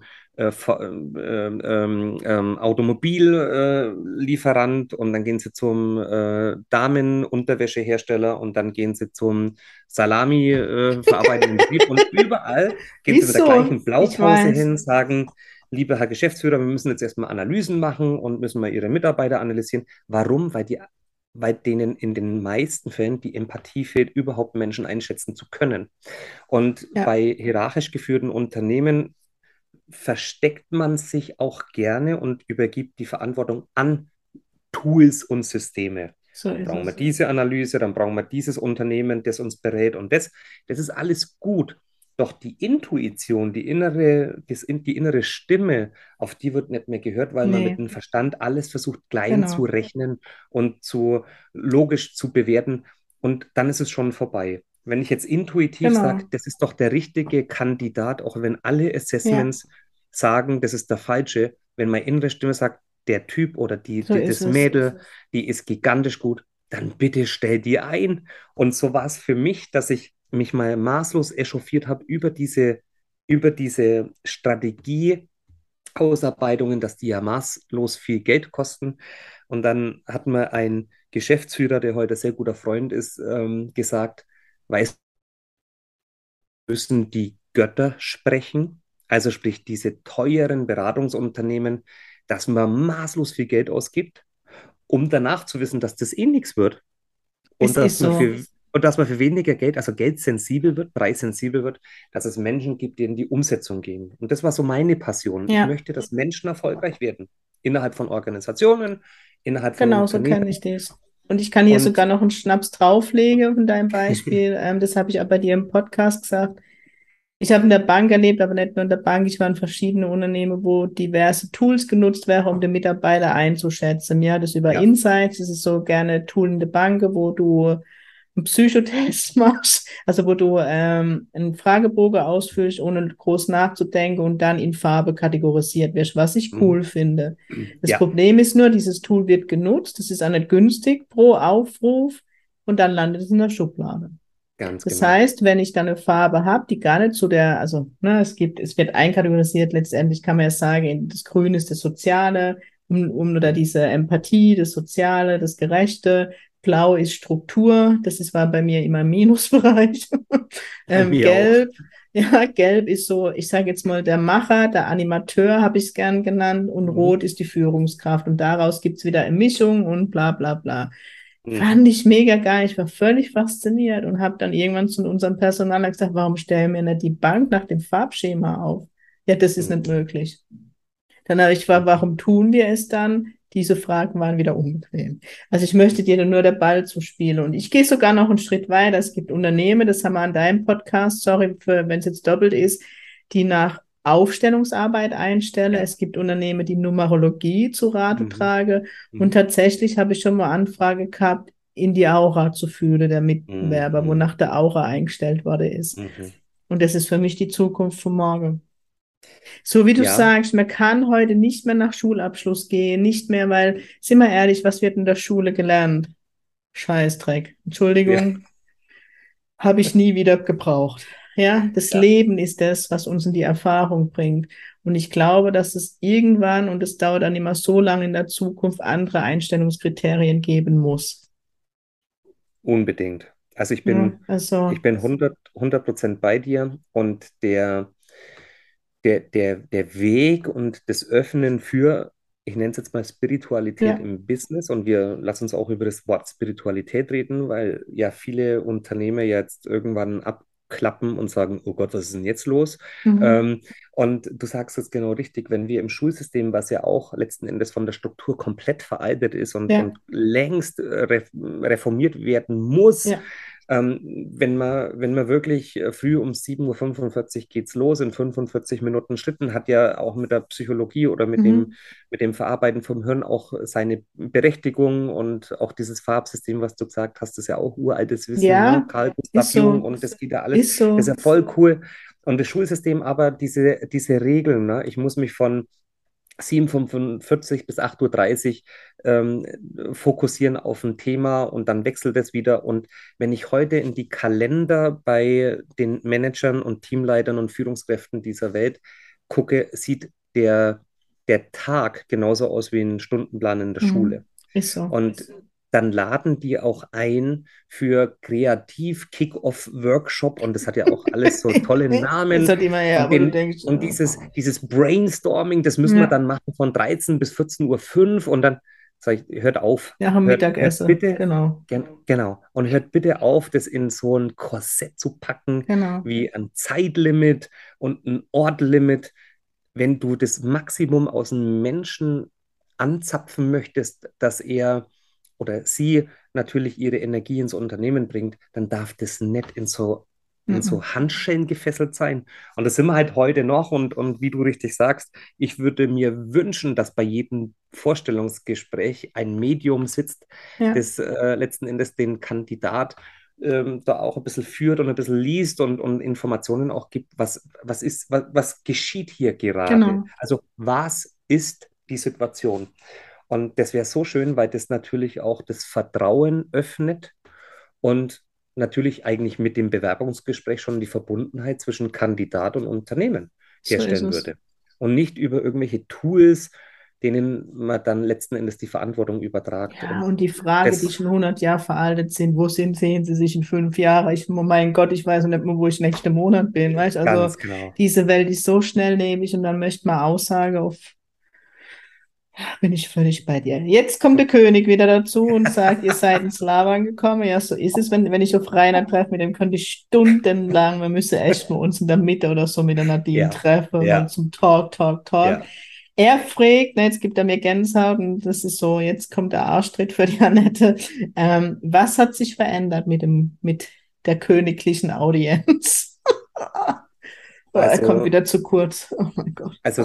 Automobillieferant und dann gehen sie zum Damenunterwäschehersteller und dann gehen sie zum Salami verarbeitenden Betrieb und überall gehen sie mit Ist der so. gleichen Ich Blaupause weiß. hin, sagen, lieber Herr Geschäftsführer, wir müssen jetzt erstmal Analysen machen und müssen mal Ihre Mitarbeiter analysieren. Warum? Weil denen in den meisten Fällen die Empathie fehlt, überhaupt Menschen einschätzen zu können. Und Ja, bei hierarchisch geführten Unternehmen versteckt man sich auch gerne und übergibt die Verantwortung an Tools und Systeme. so Dann ist brauchen wir es. diese Analyse, dann brauchen wir dieses Unternehmen, das uns berät und das ist alles gut. Doch die Intuition, die innere Stimme, auf die wird nicht mehr gehört, weil man mit Nee, dem Verstand alles versucht, klein zu genau. rechnen und logisch zu bewerten. Und dann ist es schon vorbei. Wenn ich jetzt intuitiv sage, Genau. das ist doch der richtige Kandidat, auch wenn alle Ja, Assessments sagen, das ist der falsche, wenn meine innere Stimme sagt, der Typ oder so ist das es. Mädel, die ist gigantisch gut, dann bitte stell die ein. Und so war es für mich, dass ich mich mal maßlos echauffiert habe über diese Strategieausarbeitungen, dass die ja maßlos viel Geld kosten. Und dann hat mir ein Geschäftsführer, der heute ein sehr guter Freund ist, gesagt, weißt müssen die Götter sprechen, also sprich diese teuren Beratungsunternehmen, dass man maßlos viel Geld ausgibt, um danach zu wissen, dass das eh nichts wird Es und ist so. dass man für weniger Geld, also geldsensibel wird, preissensibel wird, dass es Menschen gibt, die in die Umsetzung gehen. Und das war so meine Passion. Ich Ja, möchte, dass Menschen erfolgreich werden. Innerhalb von Organisationen, innerhalb von genau so Unternehmen. kenne ich das. Und ich kann hier sogar Und noch einen Schnaps drauflegen von deinem Beispiel. Das habe ich auch bei dir im Podcast gesagt. Ich habe in der Bank erlebt, aber nicht nur in der Bank. Ich war in verschiedenen Unternehmen, wo diverse Tools genutzt werden, um den Mitarbeiter einzuschätzen. Mir hat es über ja, Insights, das ist so gerne Tool in der Bank, wo du einen Psychotest machst, also wo du einen Fragebogen ausfüllst, ohne groß nachzudenken und dann in Farbe kategorisiert wirst, was ich mhm. cool finde. Das Ja, Problem ist nur, dieses Tool wird genutzt, das ist auch nicht günstig pro Aufruf und dann landet es in der Schublade. ganz Das genau. heißt, wenn ich dann eine Farbe habe, die gar nicht zu der, also ne, es wird einkategorisiert, letztendlich kann man ja sagen, das Grün ist das Soziale, oder Mhm. diese Empathie, das Soziale, das Gerechte, Blau ist Struktur, war bei mir immer im Minusbereich. Bei mir auch. Gelb, ja, Gelb ist so, ich sage jetzt mal, der Macher, der Animateur habe ich es gern genannt, und Mhm. Rot ist die Führungskraft. Und daraus gibt's wieder eine Mischung und bla bla bla. Mhm. Fand ich mega geil. Ich war völlig fasziniert und habe dann irgendwann zu unserem Personal gesagt, warum stellen wir nicht die Bank nach dem Farbschema auf? Ja, das ist nicht Mhm. möglich. Dann habe ich gefragt, warum tun wir es dann? Diese Fragen waren wieder unbequem. Also ich möchte dir nur der Ball zuspielen. Und ich gehe sogar noch einen Schritt weiter. Es gibt Unternehmen, das haben wir an deinem Podcast, sorry, wenn es jetzt doppelt ist, die nach Aufstellungsarbeit einstellen. Ja. Es gibt Unternehmen, die Numerologie zu Rate Mhm. tragen. Und Mhm. tatsächlich habe ich schon mal Anfrage gehabt, in die Aura zu fühlen, der Mitbewerber, Mhm. wonach der Aura eingestellt worden ist. Mhm. Und das ist für mich die Zukunft von morgen. So wie du Ja, sagst, man kann heute nicht mehr nach Schulabschluss gehen, nicht mehr, weil, sind wir ehrlich, was wird in der Schule gelernt? Scheißdreck. ja, Entschuldigung, habe ich nie wieder gebraucht. Ja, das ja, Leben ist das, was uns in die Erfahrung bringt. Und ich glaube, dass es irgendwann, und es dauert dann immer so lange in der Zukunft, andere Einstellungskriterien geben muss. unbedingt. Also Ja, ich also, bin 100% bei dir und der Weg und das Öffnen für, ich nenne es jetzt mal Spiritualität ja, im Business und wir lassen uns auch über das Wort Spiritualität reden, weil ja viele Unternehmer jetzt irgendwann abklappen und sagen, oh Gott, was ist denn jetzt los? mhm. Ähm, und du sagst es genau richtig, wenn wir im Schulsystem, was ja auch letzten Endes von der Struktur komplett veraltet ist Ja, und längst reformiert werden muss, ja, wenn man wirklich früh um 7:45 Uhr geht's los, in 45 Minuten Schritten, hat ja auch mit der Psychologie oder mhm. mit dem Verarbeiten vom Hirn auch seine Berechtigung und auch dieses Farbsystem, was du gesagt hast, ist ja auch uraltes Wissen, ne? Ja, Carl ist Gustav Jung so, und das geht ja alles, ist das ist so. ja voll cool. Und das Schulsystem aber diese Regeln, ne? Ich muss mich von 7:45 bis 8:30 Uhr fokussieren auf ein Thema und dann wechselt es wieder. Und wenn ich heute in die Kalender bei den Managern und Teamleitern und Führungskräften dieser Welt gucke, sieht der Tag genauso aus wie ein Stundenplan in der Mhm. Schule. Ist so. Und dann laden die auch ein für Kreativ-Kick-Off-Workshop und das hat ja auch alles so tolle Es Namen hat immer, ja, und, wo du denkst, und dieses Brainstorming, das müssen wir ja, dann machen von 13 bis 14:05 Uhr und dann sage ich, hört auf, nach dem hört Mittagessen, bitte, genau, genau, und hört bitte auf, das in so ein Korsett zu packen, genau. wie ein Zeitlimit und ein Ortlimit. Wenn du das Maximum aus einem Menschen anzapfen möchtest, dass er oder sie natürlich ihre Energie ins Unternehmen bringt, dann darf das nicht in so Mhm. Handschellen gefesselt sein. Und das sind wir halt heute noch. Und wie du richtig sagst, ich würde mir wünschen, dass bei jedem Vorstellungsgespräch ein Medium sitzt, Ja, das letzten Endes den Kandidat da auch ein bisschen führt und ein bisschen liest und Informationen auch gibt, was geschieht hier gerade? Genau. Also was ist die Situation? Und das wäre so schön, weil das natürlich auch das Vertrauen öffnet und natürlich eigentlich mit dem Bewerbungsgespräch schon die Verbundenheit zwischen Kandidat und Unternehmen So ist herstellen es. würde. Und nicht über irgendwelche Tools, denen man dann letzten Endes die Verantwortung übertragt. Ja, Und und die Frage, die das schon 100 Jahre veraltet sind, wo sehen Sie sich in 5 Jahren? Oh mein Gott, ich weiß nicht mehr, wo ich nächsten Monat bin, weißt? Also ganz genau. diese Welt ist so schnelllebig und dann möchte man Aussage auf, bin ich völlig bei dir. Jetzt kommt der König wieder dazu und sagt, ihr seid ins Labern gekommen. Ja, so ist es, wenn ich auf Rainer treffe, mit dem könnte ich stundenlang, wir müssen echt mal uns in der Mitte oder so mit der Nadine Ja, treffen, mal ja, zum Talk. ja. Er fragt, ne, jetzt gibt er mir Gänsehaut und das ist so, jetzt kommt der Arschtritt für die Annette. Was hat sich verändert mit der königlichen Audienz? Oh, er kommt Also, wieder zu kurz. Oh mein Gott. also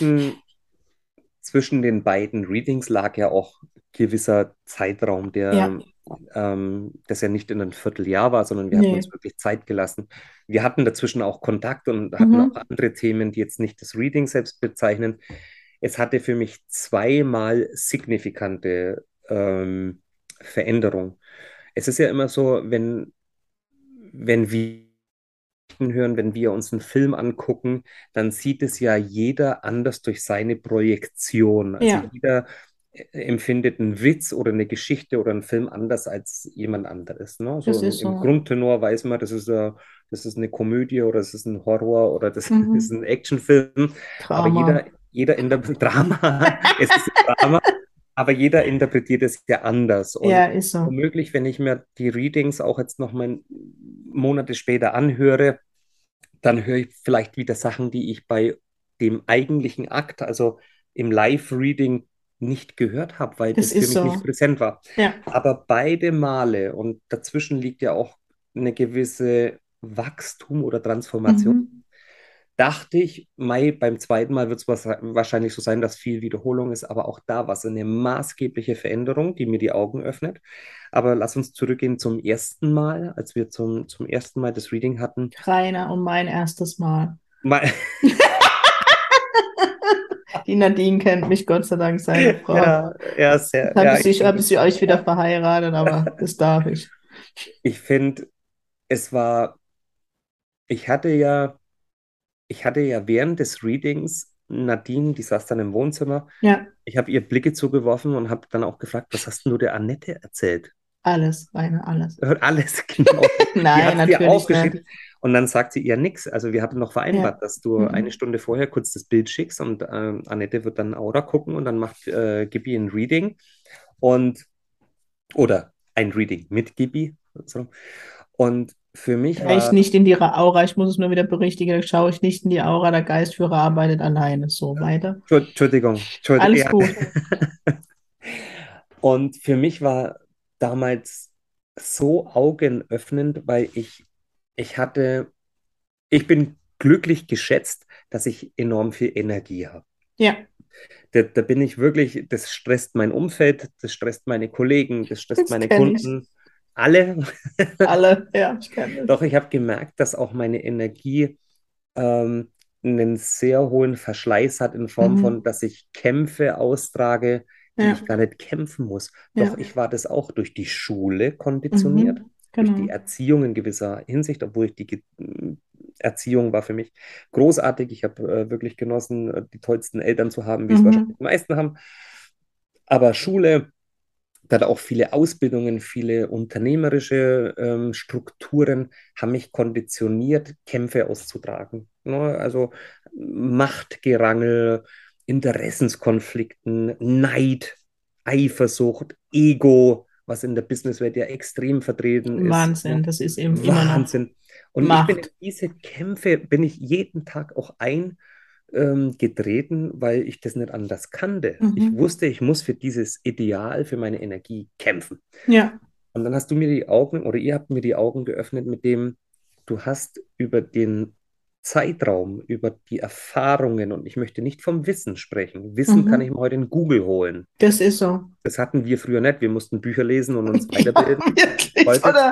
zwischen den beiden Readings lag ja auch gewisser Zeitraum, Ja, das ja nicht in einem Vierteljahr war, sondern wir hatten uns nee. wirklich Zeit gelassen. Wir hatten dazwischen auch Kontakt und hatten auch Mhm. andere Themen, die jetzt nicht das Reading selbst bezeichnen. Es hatte für mich zweimal signifikante Veränderung. Es ist ja immer so, wenn wir hören, wenn wir uns einen Film angucken, dann sieht es ja jeder anders durch seine Projektion. Also Ja, jeder empfindet einen Witz oder eine Geschichte oder einen Film anders als jemand anderes. Ne? So das ist im so. Grundtenor weiß man, das ist eine Komödie oder das ist ein Horror oder das ist Mhm. ein Actionfilm. Aber Drama. jeder in der Drama, es ist ein Drama, aber jeder interpretiert es ja anders. Und Ja, ist so. womöglich, wenn ich mir die Readings auch jetzt noch mal Monate später anhöre, dann höre ich vielleicht wieder Sachen, die ich bei dem eigentlichen Akt, also im Live-Reading, nicht gehört habe, weil Das das für ist mich nicht so. präsent war. Ja. Aber beide Male, und dazwischen liegt ja auch eine gewisse Wachstum oder Transformation, Mhm. dachte ich, Mai, beim zweiten Mal wird es wahrscheinlich so sein, dass viel Wiederholung ist, aber auch da war es eine maßgebliche Veränderung, die mir die Augen öffnet. Aber lass uns zurückgehen zum ersten Mal, als wir zum ersten Mal das Reading hatten. Rainer und mein erstes Mal. Mal, Die Nadine kennt mich, Gott sei Dank, seine Frau. ja, ja, sehr, Habe ja, ich, hab ich euch wieder verheiratet, aber das darf ich. ich finde, es war, ich hatte ja, ich hatte ja während des Readings Nadine, die saß dann im Wohnzimmer, Ja, ich habe ihr Blicke zugeworfen und habe dann auch gefragt, was hast denn du der Annette erzählt? alles, Rainer, alles. Hört alles genau. Die Nein, hat es dir natürlich nicht. aufgeschrieben. Und dann sagt sie ihr nichts. Also wir hatten noch Ja. vereinbart, dass du eine Mhm. Stunde vorher kurz das Bild schickst und Annette wird dann Aura gucken und dann macht Gibi ein Reading und oder ein Reading mit Gibi. So. Und für mich Reicht war, nicht in die Aura, ich muss es nur wieder berichtigen, da schaue ich nicht in die Aura, der Geistführer arbeitet alleine. So, weiter. Entschuldigung, Alles ja. gut. Und für mich war damals so augenöffnend, weil ich bin glücklich geschätzt, dass ich enorm viel Energie habe. Ja, Da bin ich wirklich, das stresst mein Umfeld, das stresst meine Kollegen, das stresst das meine kenne ich. Kunden, alle. Alle, ja, ich kenne das. Doch ich habe gemerkt, dass auch meine Energie ähm, einen sehr hohen Verschleiß hat in Form von, Mhm. dass ich Kämpfe austrage, die Ja, ich gar nicht kämpfen muss. Doch ja. ich war das auch durch die Schule konditioniert, Mhm. durch die Genau. Erziehung in gewisser Hinsicht, obwohl ich Erziehung war für mich großartig. Ich habe wirklich genossen, die tollsten Eltern zu haben, wie es wahrscheinlich Mhm. die meisten haben. Aber Schule, dann auch viele Ausbildungen, viele unternehmerische Strukturen haben mich konditioniert, Kämpfe auszutragen. Ne? Also Machtgerangel, Interessenskonflikten, Neid, Eifersucht, Ego, was in der Businesswelt ja extrem vertreten ist. Ne? Wahnsinn, das ist eben immer noch Wahnsinn. Und ich bin in Macht. diese Kämpfe, bin ich jeden Tag auch getreten, weil ich das nicht anders kannte. Ich Mhm. wusste, ich muss für dieses Ideal, für meine Energie kämpfen. Ja, Und dann hast du mir die Augen oder ihr habt mir die Augen geöffnet mit dem, du hast über den Zeitraum, über die Erfahrungen und ich möchte nicht vom Wissen sprechen. Wissen kann ich mhm. mir heute in Google holen. Das ist so. Das hatten wir früher nicht. Wir mussten Bücher lesen und uns Ja, weiterbilden. wirklich, Heute, oder?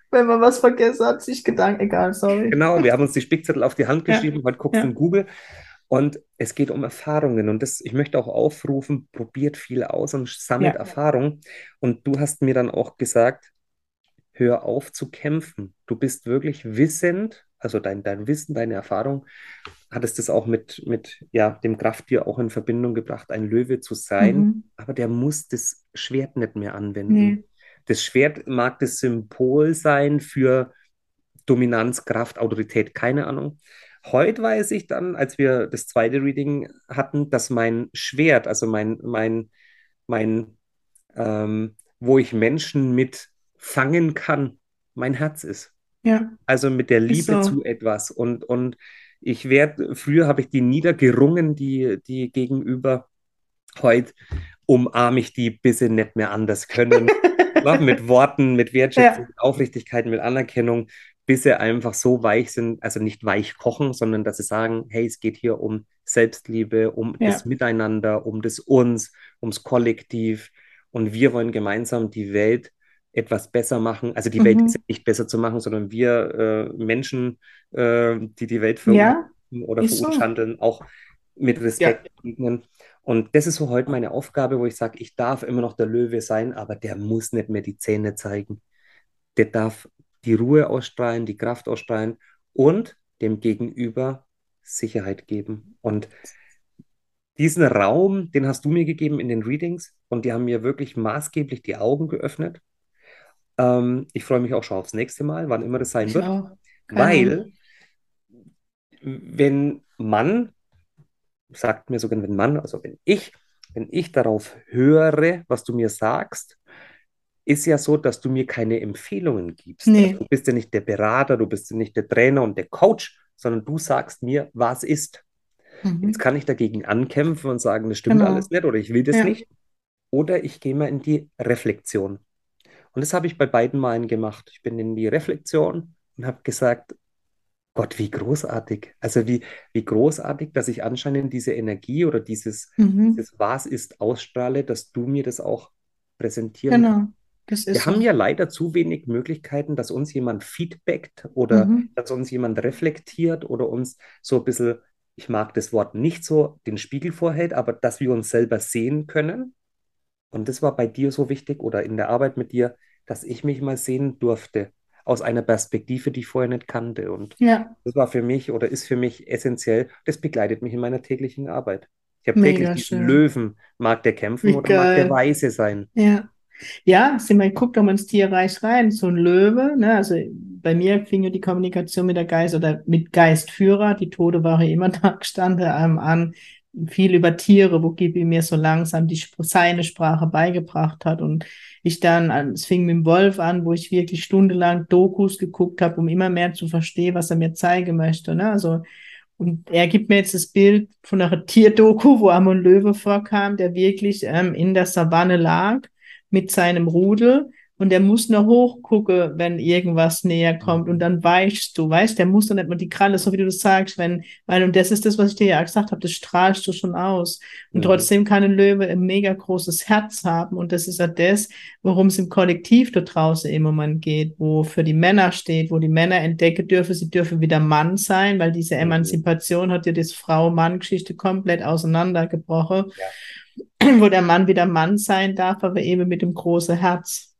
Wenn man was vergessen hat, sich Gedanken, egal, sorry. Genau, wir haben uns die Spickzettel auf die Hand Ja, geschrieben, heute guckst du in ja. Google und es geht um Erfahrungen und das, ich möchte auch aufrufen, probiert viel aus und sammelt Ja. Erfahrung. Und du hast mir dann auch gesagt, hör auf zu kämpfen. Du bist wirklich wissend, also dein Wissen, deine Erfahrung, hattest es auch mit ja, dem Krafttier auch in Verbindung gebracht, ein Löwe zu sein, Mhm. aber der muss das Schwert nicht mehr anwenden. Nee. Das Schwert mag das Symbol sein für Dominanz, Kraft, Autorität, keine Ahnung. Heute weiß ich dann, als wir das zweite Reading hatten, dass mein Schwert, also mein wo ich Menschen mit fangen kann, mein Herz ist. Ja, Also mit der ist Liebe zu so. etwas. Und ich werde, früher habe ich die niedergerungen, die gegenüber. Heute umarme ich die, bis sie nicht mehr anders können. Ja, mit Worten, mit Wertschätzung, Ja, mit Aufrichtigkeit, mit Anerkennung, bis sie einfach so weich sind, also nicht weich kochen, sondern dass sie sagen, hey, es geht hier um Selbstliebe, um das ja. Miteinander, um das Uns, ums Kollektiv. Und wir wollen gemeinsam die Welt etwas besser machen. Also die Welt ist ja Mhm. nicht besser zu machen, sondern wir Menschen, die die Welt Ja, verunsichern oder ist so. verunschandeln, auch mit Ja. Respekt begegnen. Und das ist so heute meine Aufgabe, wo ich sage, ich darf immer noch der Löwe sein, aber der muss nicht mehr die Zähne zeigen. Der darf die Ruhe ausstrahlen, die Kraft ausstrahlen und dem Gegenüber Sicherheit geben. Und diesen Raum, den hast du mir gegeben in den Readings und die haben mir wirklich maßgeblich die Augen geöffnet. Ich freue mich auch schon aufs nächste Mal, wann immer das sein Ich wird, auch. Keine Ahnung. weil wenn man, sagt mir sogar wenn man, also wenn ich darauf höre, was du mir sagst, ist ja so, dass du mir keine Empfehlungen gibst. Also Nee. du bist ja nicht der Berater, du bist ja nicht der Trainer und der Coach, sondern du sagst mir, was ist. Jetzt Mhm. kann ich dagegen ankämpfen und sagen, das stimmt alles Genau. nicht oder ich will das Ja. nicht. Oder ich gehe mal in die Reflexion. Und das habe ich bei beiden Malen gemacht. Ich bin in die Reflexion und habe gesagt, Gott, wie großartig. Also wie großartig, dass ich anscheinend diese Energie oder Mhm. dieses Was ist ausstrahle, dass du mir das auch präsentieren kannst. Genau. Das Wir ist haben so. ja leider zu wenig Möglichkeiten, dass uns jemand feedbackt oder Mhm. dass uns jemand reflektiert oder uns so ein bisschen, ich mag das Wort nicht so, den Spiegel vorhält, aber dass wir uns selber sehen können. Und das war bei dir so wichtig oder in der Arbeit mit dir, dass ich mich mal sehen durfte aus einer Perspektive, die ich vorher nicht kannte. Und Ja. das war für mich oder ist für mich essentiell. Das begleitet mich in meiner täglichen Arbeit. Ich habe täglich Mega diesen schön. Löwen. Mag der kämpfen Wie oder mag der geil. weise sein? Ja. Ja, sieh mal, guck doch mal ins Tierreich rein. So ein Löwe, ne? Also bei mir fing ja die Kommunikation mit der Geist oder mit Geistführer, die Tode war ja immer da gestanden, an, viel über Tiere, wo Gibi mir so langsam seine Sprache beigebracht hat. Und ich dann, es fing mit dem Wolf an, wo ich wirklich stundenlang Dokus geguckt habe, um immer mehr zu verstehen, was er mir zeigen möchte. Ne? Also, und er gibt mir jetzt das Bild von einer Tierdoku, wo Amon Löwe vorkam, der wirklich in der Savanne lag mit seinem Rudel und der muss nur hochgucken, wenn irgendwas näher kommt und Mhm. dann weichst du, weißt, der muss dann nicht mal die Kralle, so wie du das sagst, und das ist das, was ich dir ja gesagt habe, das strahlst du schon aus. Und Mhm. trotzdem kann ein Löwe ein mega großes Herz haben und das ist ja das, worum es im Kollektiv da draußen im Moment geht, wo für die Männer steht, wo die Männer entdecken dürfen, sie dürfen wieder Mann sein, weil diese Mhm. Emanzipation hat ja das Frau-Mann-Geschichte komplett auseinandergebrochen, Ja. wo der Mann wieder Mann sein darf, aber eben mit dem großen Herz.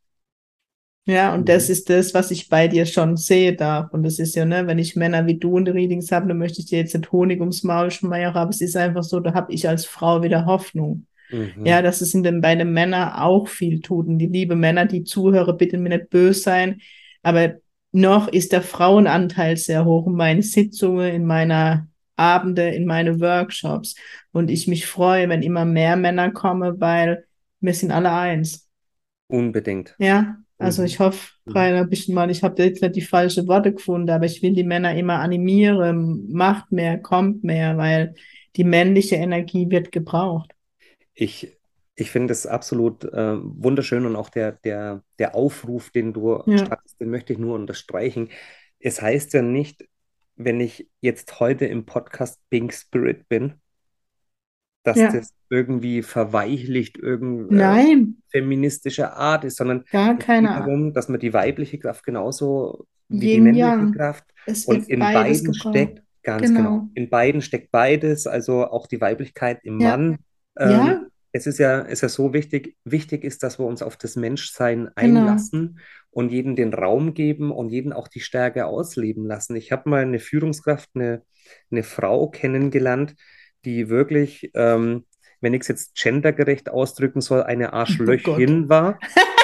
Ja, und das Mhm. ist das, was ich bei dir schon sehe darf. Und das ist ja, ne, wenn ich Männer wie du in den Readings habe, dann möchte ich dir jetzt nicht Honig ums Maul schmeißen, aber es ist einfach so, da habe ich als Frau wieder Hoffnung. Ja, Mhm. dass es in den, bei den Männern auch viel tut. Und die liebe Männer, die zuhören, bitte mir nicht böse sein. Aber noch ist der Frauenanteil sehr hoch in meinen Sitzungen, in meiner Abende, in meine Workshops. Und ich mich freue, wenn immer mehr Männer kommen, weil wir sind alle eins. Unbedingt. Ja, also ich Mhm. hoffe, Mhm. Rainer, bisschen mal, ich habe jetzt nicht die falschen Worte gefunden, aber ich will die Männer immer animieren, macht mehr, kommt mehr, weil die männliche Energie wird gebraucht. Ich, ich finde es absolut wunderschön und auch der Aufruf, den du Ja, startest, den möchte ich nur unterstreichen. Es heißt ja nicht, wenn ich jetzt heute im Podcast Pink Spirit bin, dass Ja. das irgendwie verweichlicht, irgendeine Nein, feministische Art ist, sondern gar es geht keine darum, dass man die weibliche Kraft genauso wie die männliche Yin-Yang. Kraft Es und wird in beides beiden gebraucht. steckt, ganz genau, Genau. in beiden steckt beides, also auch die Weiblichkeit im Ja. Mann. Ja, Es ist ja so wichtig, wichtig ist, dass wir uns auf das Menschsein genau. einlassen und jedem den Raum geben und jeden auch die Stärke ausleben lassen. Ich habe mal eine Führungskraft, eine Frau kennengelernt, die wirklich, wenn ich es jetzt gendergerecht ausdrücken soll, eine Oh Gott. Arschlöchin war.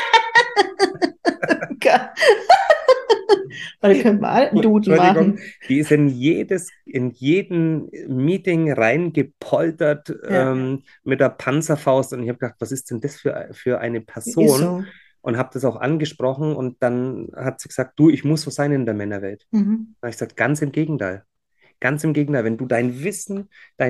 Weil können wir alle einen Duden Entschuldigung, machen. die ist in jeden Meeting reingepoltert Ja, mit der Panzerfaust und ich habe gedacht, was ist denn das für eine ist Person? so. Und habe das auch angesprochen und dann hat sie gesagt, du, ich muss so sein in der Männerwelt. Mhm. Da habe ich gesagt, ganz im Gegenteil. Ganz im Gegenteil, wenn du dein Wissen,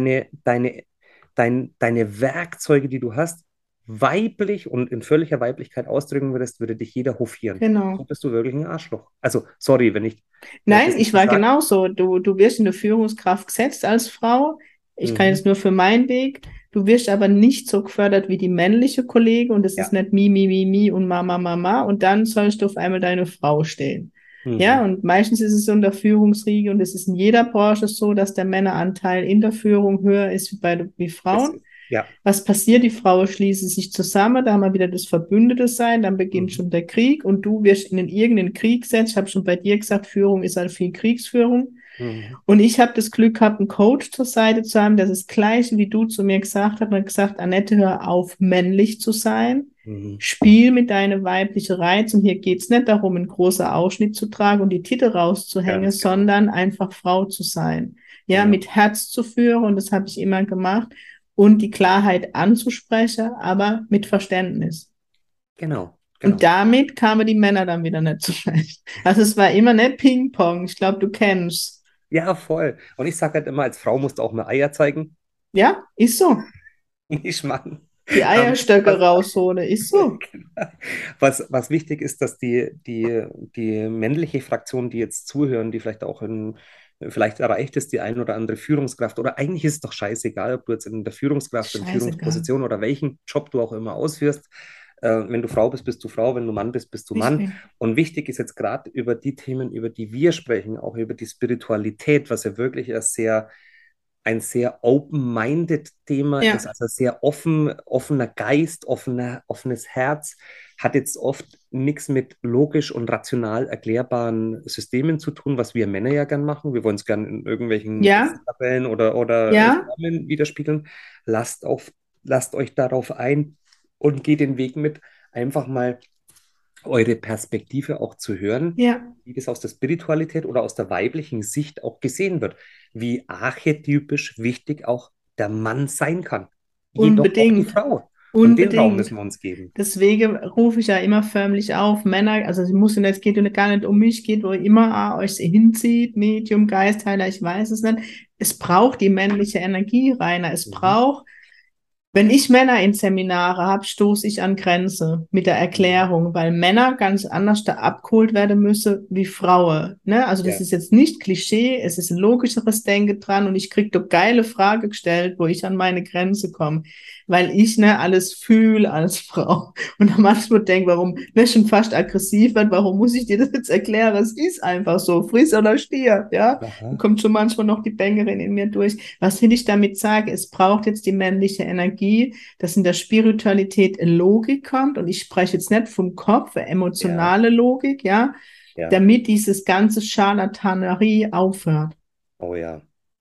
deine Werkzeuge, die du hast, weiblich und in völliger Weiblichkeit ausdrücken würdest, würde dich jeder hofieren. So Genau. bist du wirklich ein Arschloch. Also, sorry, wenn ich Nein, das nicht ich so war sage. genauso. Du wirst in eine Führungskraft gesetzt als Frau. Ich kann Mhm. jetzt nur für meinen Weg. Du wirst aber nicht so gefördert wie die männliche Kollege und es ist Ja. nicht mi und Mama, Mama und dann sollst du auf einmal deine Frau stehen. Ja, Mhm. und meistens ist es so in der Führungsriege und es ist in jeder Branche so, dass der Männeranteil in der Führung höher ist wie Das Frauen. ist, ja. Was passiert? Die Frauen schließen sich zusammen, da haben wir wieder das Verbündete sein, dann beginnt Mhm. schon der Krieg und du wirst in den irgendeinen Krieg gesetzt. Ich habe schon bei dir gesagt, Führung ist halt viel Kriegsführung. Mhm. Und ich habe das Glück gehabt, einen Coach zur Seite zu haben, der das Gleiche wie du zu mir gesagt hat. Und hat gesagt, Annette, hör auf, männlich zu sein. Mhm. Spiel mit deiner weiblichen Reiz. Und hier geht's nicht darum, einen großen Ausschnitt zu tragen und die Titel rauszuhängen, Ganz genau. sondern einfach Frau zu sein. Ja, Ja, mit Herz zu führen. Und das habe ich immer gemacht. Und die Klarheit anzusprechen, aber mit Verständnis. genau, Und genau. damit kamen die Männer dann wieder nicht zurecht. Also es war immer nicht Ping-Pong. Ich glaube, du kennst. Ja, voll. Und ich sage halt immer, als Frau musst du auch mal Eier zeigen. Ja, ist so. Ich meine, Die Eierstöcke was, rausholen, ist so. was wichtig ist, dass die männliche Fraktion, die jetzt zuhören, die vielleicht auch vielleicht erreicht es die ein oder andere Führungskraft oder eigentlich ist es doch scheißegal, ob du jetzt in der Führungskraft, in Scheißegal. Führungsposition oder welchen Job du auch immer ausführst. Wenn du Frau bist, bist du Frau, wenn du Mann bist, bist du Mann. Richtig. Und wichtig ist jetzt gerade über die Themen, über die wir sprechen, auch über die Spiritualität, was ja wirklich ein sehr open-minded Thema ist, Ja, also sehr offener Geist, offenes Herz, hat jetzt oft nichts mit logisch und rational erklärbaren Systemen zu tun, was wir Männer ja gern machen. Wir wollen es gern in irgendwelchen ja, Excel-Tabellen oder ja, Formeln widerspiegeln. Lasst euch darauf ein und geht den Weg mit, einfach mal eure Perspektive auch zu hören, ja, wie das aus der Spiritualität oder aus der weiblichen Sicht auch gesehen wird, wie archetypisch wichtig auch der Mann sein kann, jedoch auch die unbedingt, Frau. Und den Raum unbedingt. müssen wir uns geben. Deswegen rufe ich ja immer förmlich auf, Männer, also es muss nicht, es geht ja gar nicht um mich, geht wo ihr immer euch hinzieht, Medium, Geistheiler, ich weiß es nicht. Es braucht die männliche Energie, Rainer. Es Mhm. braucht Wenn ich Männer in Seminare habe, stoße ich an Grenze mit der Mhm. Erklärung, weil Männer ganz anders da abgeholt werden müssen wie Frauen. Ne? Also das Ja. ist jetzt nicht Klischee, es ist ein logischeres Denken dran und ich krieg doch geile Frage gestellt, wo ich an meine Grenze komme, weil ich ne alles fühle als Frau und dann manchmal denke, warum ne, schon fast aggressiv wird, warum muss ich dir das jetzt erklären? Es ist einfach so, friss oder stirb, ja. Da Aha. kommt schon manchmal noch die Bangerin in mir durch. Was will ich damit sagen? Es braucht jetzt die männliche Energie, dass in der Spiritualität eine Logik kommt. Und ich spreche jetzt nicht vom Kopf, eine Ja. emotionale Logik, ja, Ja. damit dieses ganze Scharlatanerie aufhört. Oh ja.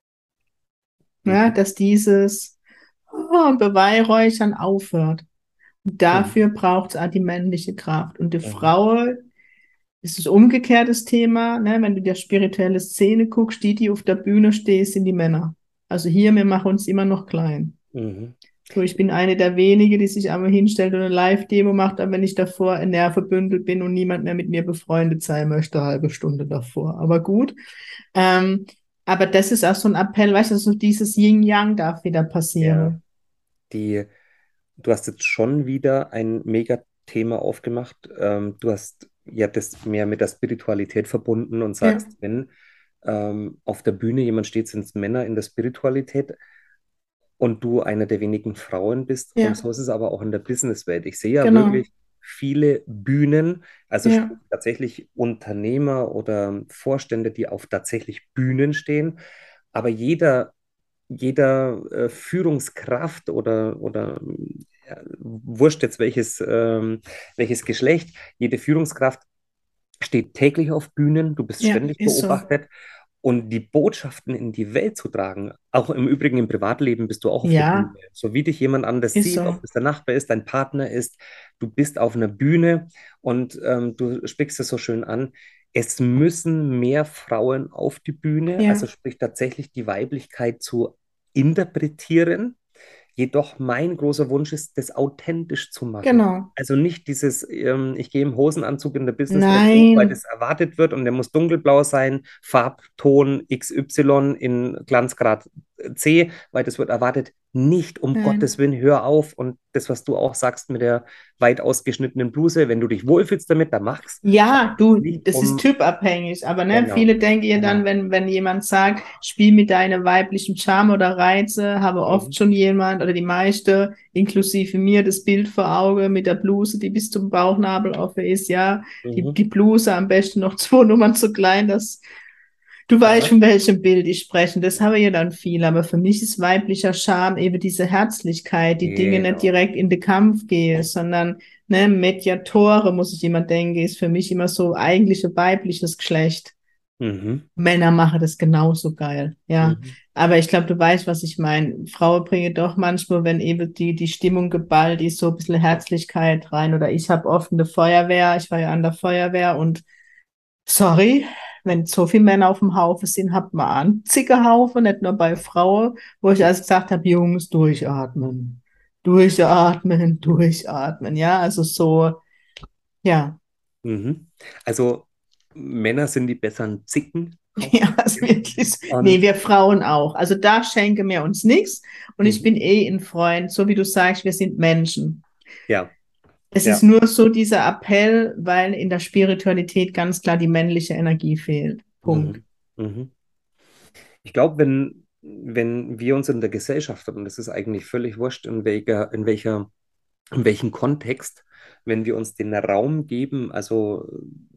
Ja, Mhm. dass dieses Beweihräuchern aufhört. Und Mhm. dafür braucht es auch die männliche Kraft. Und die Mhm. Frau ist das umgekehrtes Thema, ne? Wenn du dir spirituelle Szene guckst, die auf der Bühne stehen, sind die Männer. Also hier, wir machen uns immer noch klein. Mhm. So, ich bin eine der wenigen, die sich einmal hinstellt und eine Live-Demo macht, aber wenn ich davor ein Nervenbündel bin und niemand mehr mit mir befreundet sein möchte, eine halbe Stunde davor. Aber gut. Ähm, aber das ist auch so ein Appell, weißt du, so dieses Yin-Yang darf wieder Ja. passieren. Die, Du hast jetzt schon wieder ein Mega-Thema aufgemacht. Du hast ja das mehr mit der Spiritualität verbunden und Ja, sagst, wenn auf der Bühne jemand steht, sind es Männer in der Spiritualität. und du eine der wenigen Frauen bist. Und Ja, so ist es aber auch in der Businesswelt. Ich sehe ja genau. wirklich viele Bühnen, also Ja, sprich tatsächlich Unternehmer oder Vorstände, die auf tatsächlich Bühnen stehen. Aber jeder Führungskraft oder ja, wurscht jetzt welches Geschlecht, jede Führungskraft steht täglich auf Bühnen, du bist ja, ständig ist so. beobachtet und die Botschaften in die Welt zu tragen. Auch im Übrigen im Privatleben bist du auch auf der Bühne. Ja, So wie dich jemand anders ist sieht, ob so. es der Nachbar ist, dein Partner ist, du bist auf einer Bühne und du sprichst es so schön an. Es müssen mehr Frauen auf die Bühne, also Ja, sprich tatsächlich die Weiblichkeit zu interpretieren. Jedoch mein großer Wunsch ist, das authentisch zu machen. genau. Also nicht dieses, ich gehe im Hosenanzug in der Businesswelt hoch, weil Nein, das erwartet wird und der muss dunkelblau sein, Farbton XY in Glanzgrad C, weil das wird erwartet. Nicht, um Gottes nein. Willen, hör auf. Und das, was du auch sagst mit der weit ausgeschnittenen Bluse, wenn du dich wohlfühlst damit, dann mach's. Aber Ja, du, nicht das ist um, typabhängig, aber ne, genau, viele denken ja dann, genau. wenn jemand sagt, spiel mit deinem weiblichen Charme oder Reize, habe oft Mhm. schon jemand oder die meiste, inklusive mir, das Bild vor Auge mit der Bluse, die bis zum Bauchnabel offen ist, ja, Mhm. die Bluse am besten noch 2 Nummern zu klein, dass du weißt, Aha. von welchem Bild ich spreche. Das haben wir ja dann viel. Aber für mich ist weiblicher Charme eben diese Herzlichkeit, die Dinge nicht Genau. direkt in den Kampf gehen, sondern ne, Mediatore, muss ich immer denken, ist für mich immer so eigentliche weibliches Geschlecht. Mhm. Männer machen das genauso geil, ja. Mhm. Aber ich glaube, du weißt, was ich meine. Frauen bringen doch manchmal, wenn eben die Stimmung geballt ist, so ein bisschen Herzlichkeit rein. Oder ich habe oft eine Feuerwehr, ich war ja an der Feuerwehr und sorry, wenn so viele Männer auf dem Haufen sind, hat man einen Zickerhaufen, nicht nur bei Frauen, wo ich also gesagt habe, Jungs, durchatmen, durchatmen, durchatmen, ja, also so, ja, Mhm. Also Männer sind die besseren Zicken auf ja, der also Bühne. wirklich, nee, Und wir Frauen auch, also da schenken wir uns nichts und ich mhm. bin eh ein Freund, so wie du sagst, wir sind Menschen. Ja, Es ist ja. nur so dieser Appell, weil in der Spiritualität ganz klar die männliche Energie fehlt. Punkt. Mhm. Mhm. Ich glaube, wenn wir uns in der Gesellschaft, und das ist eigentlich völlig wurscht, in welchem Kontext, wenn wir uns den Raum geben, also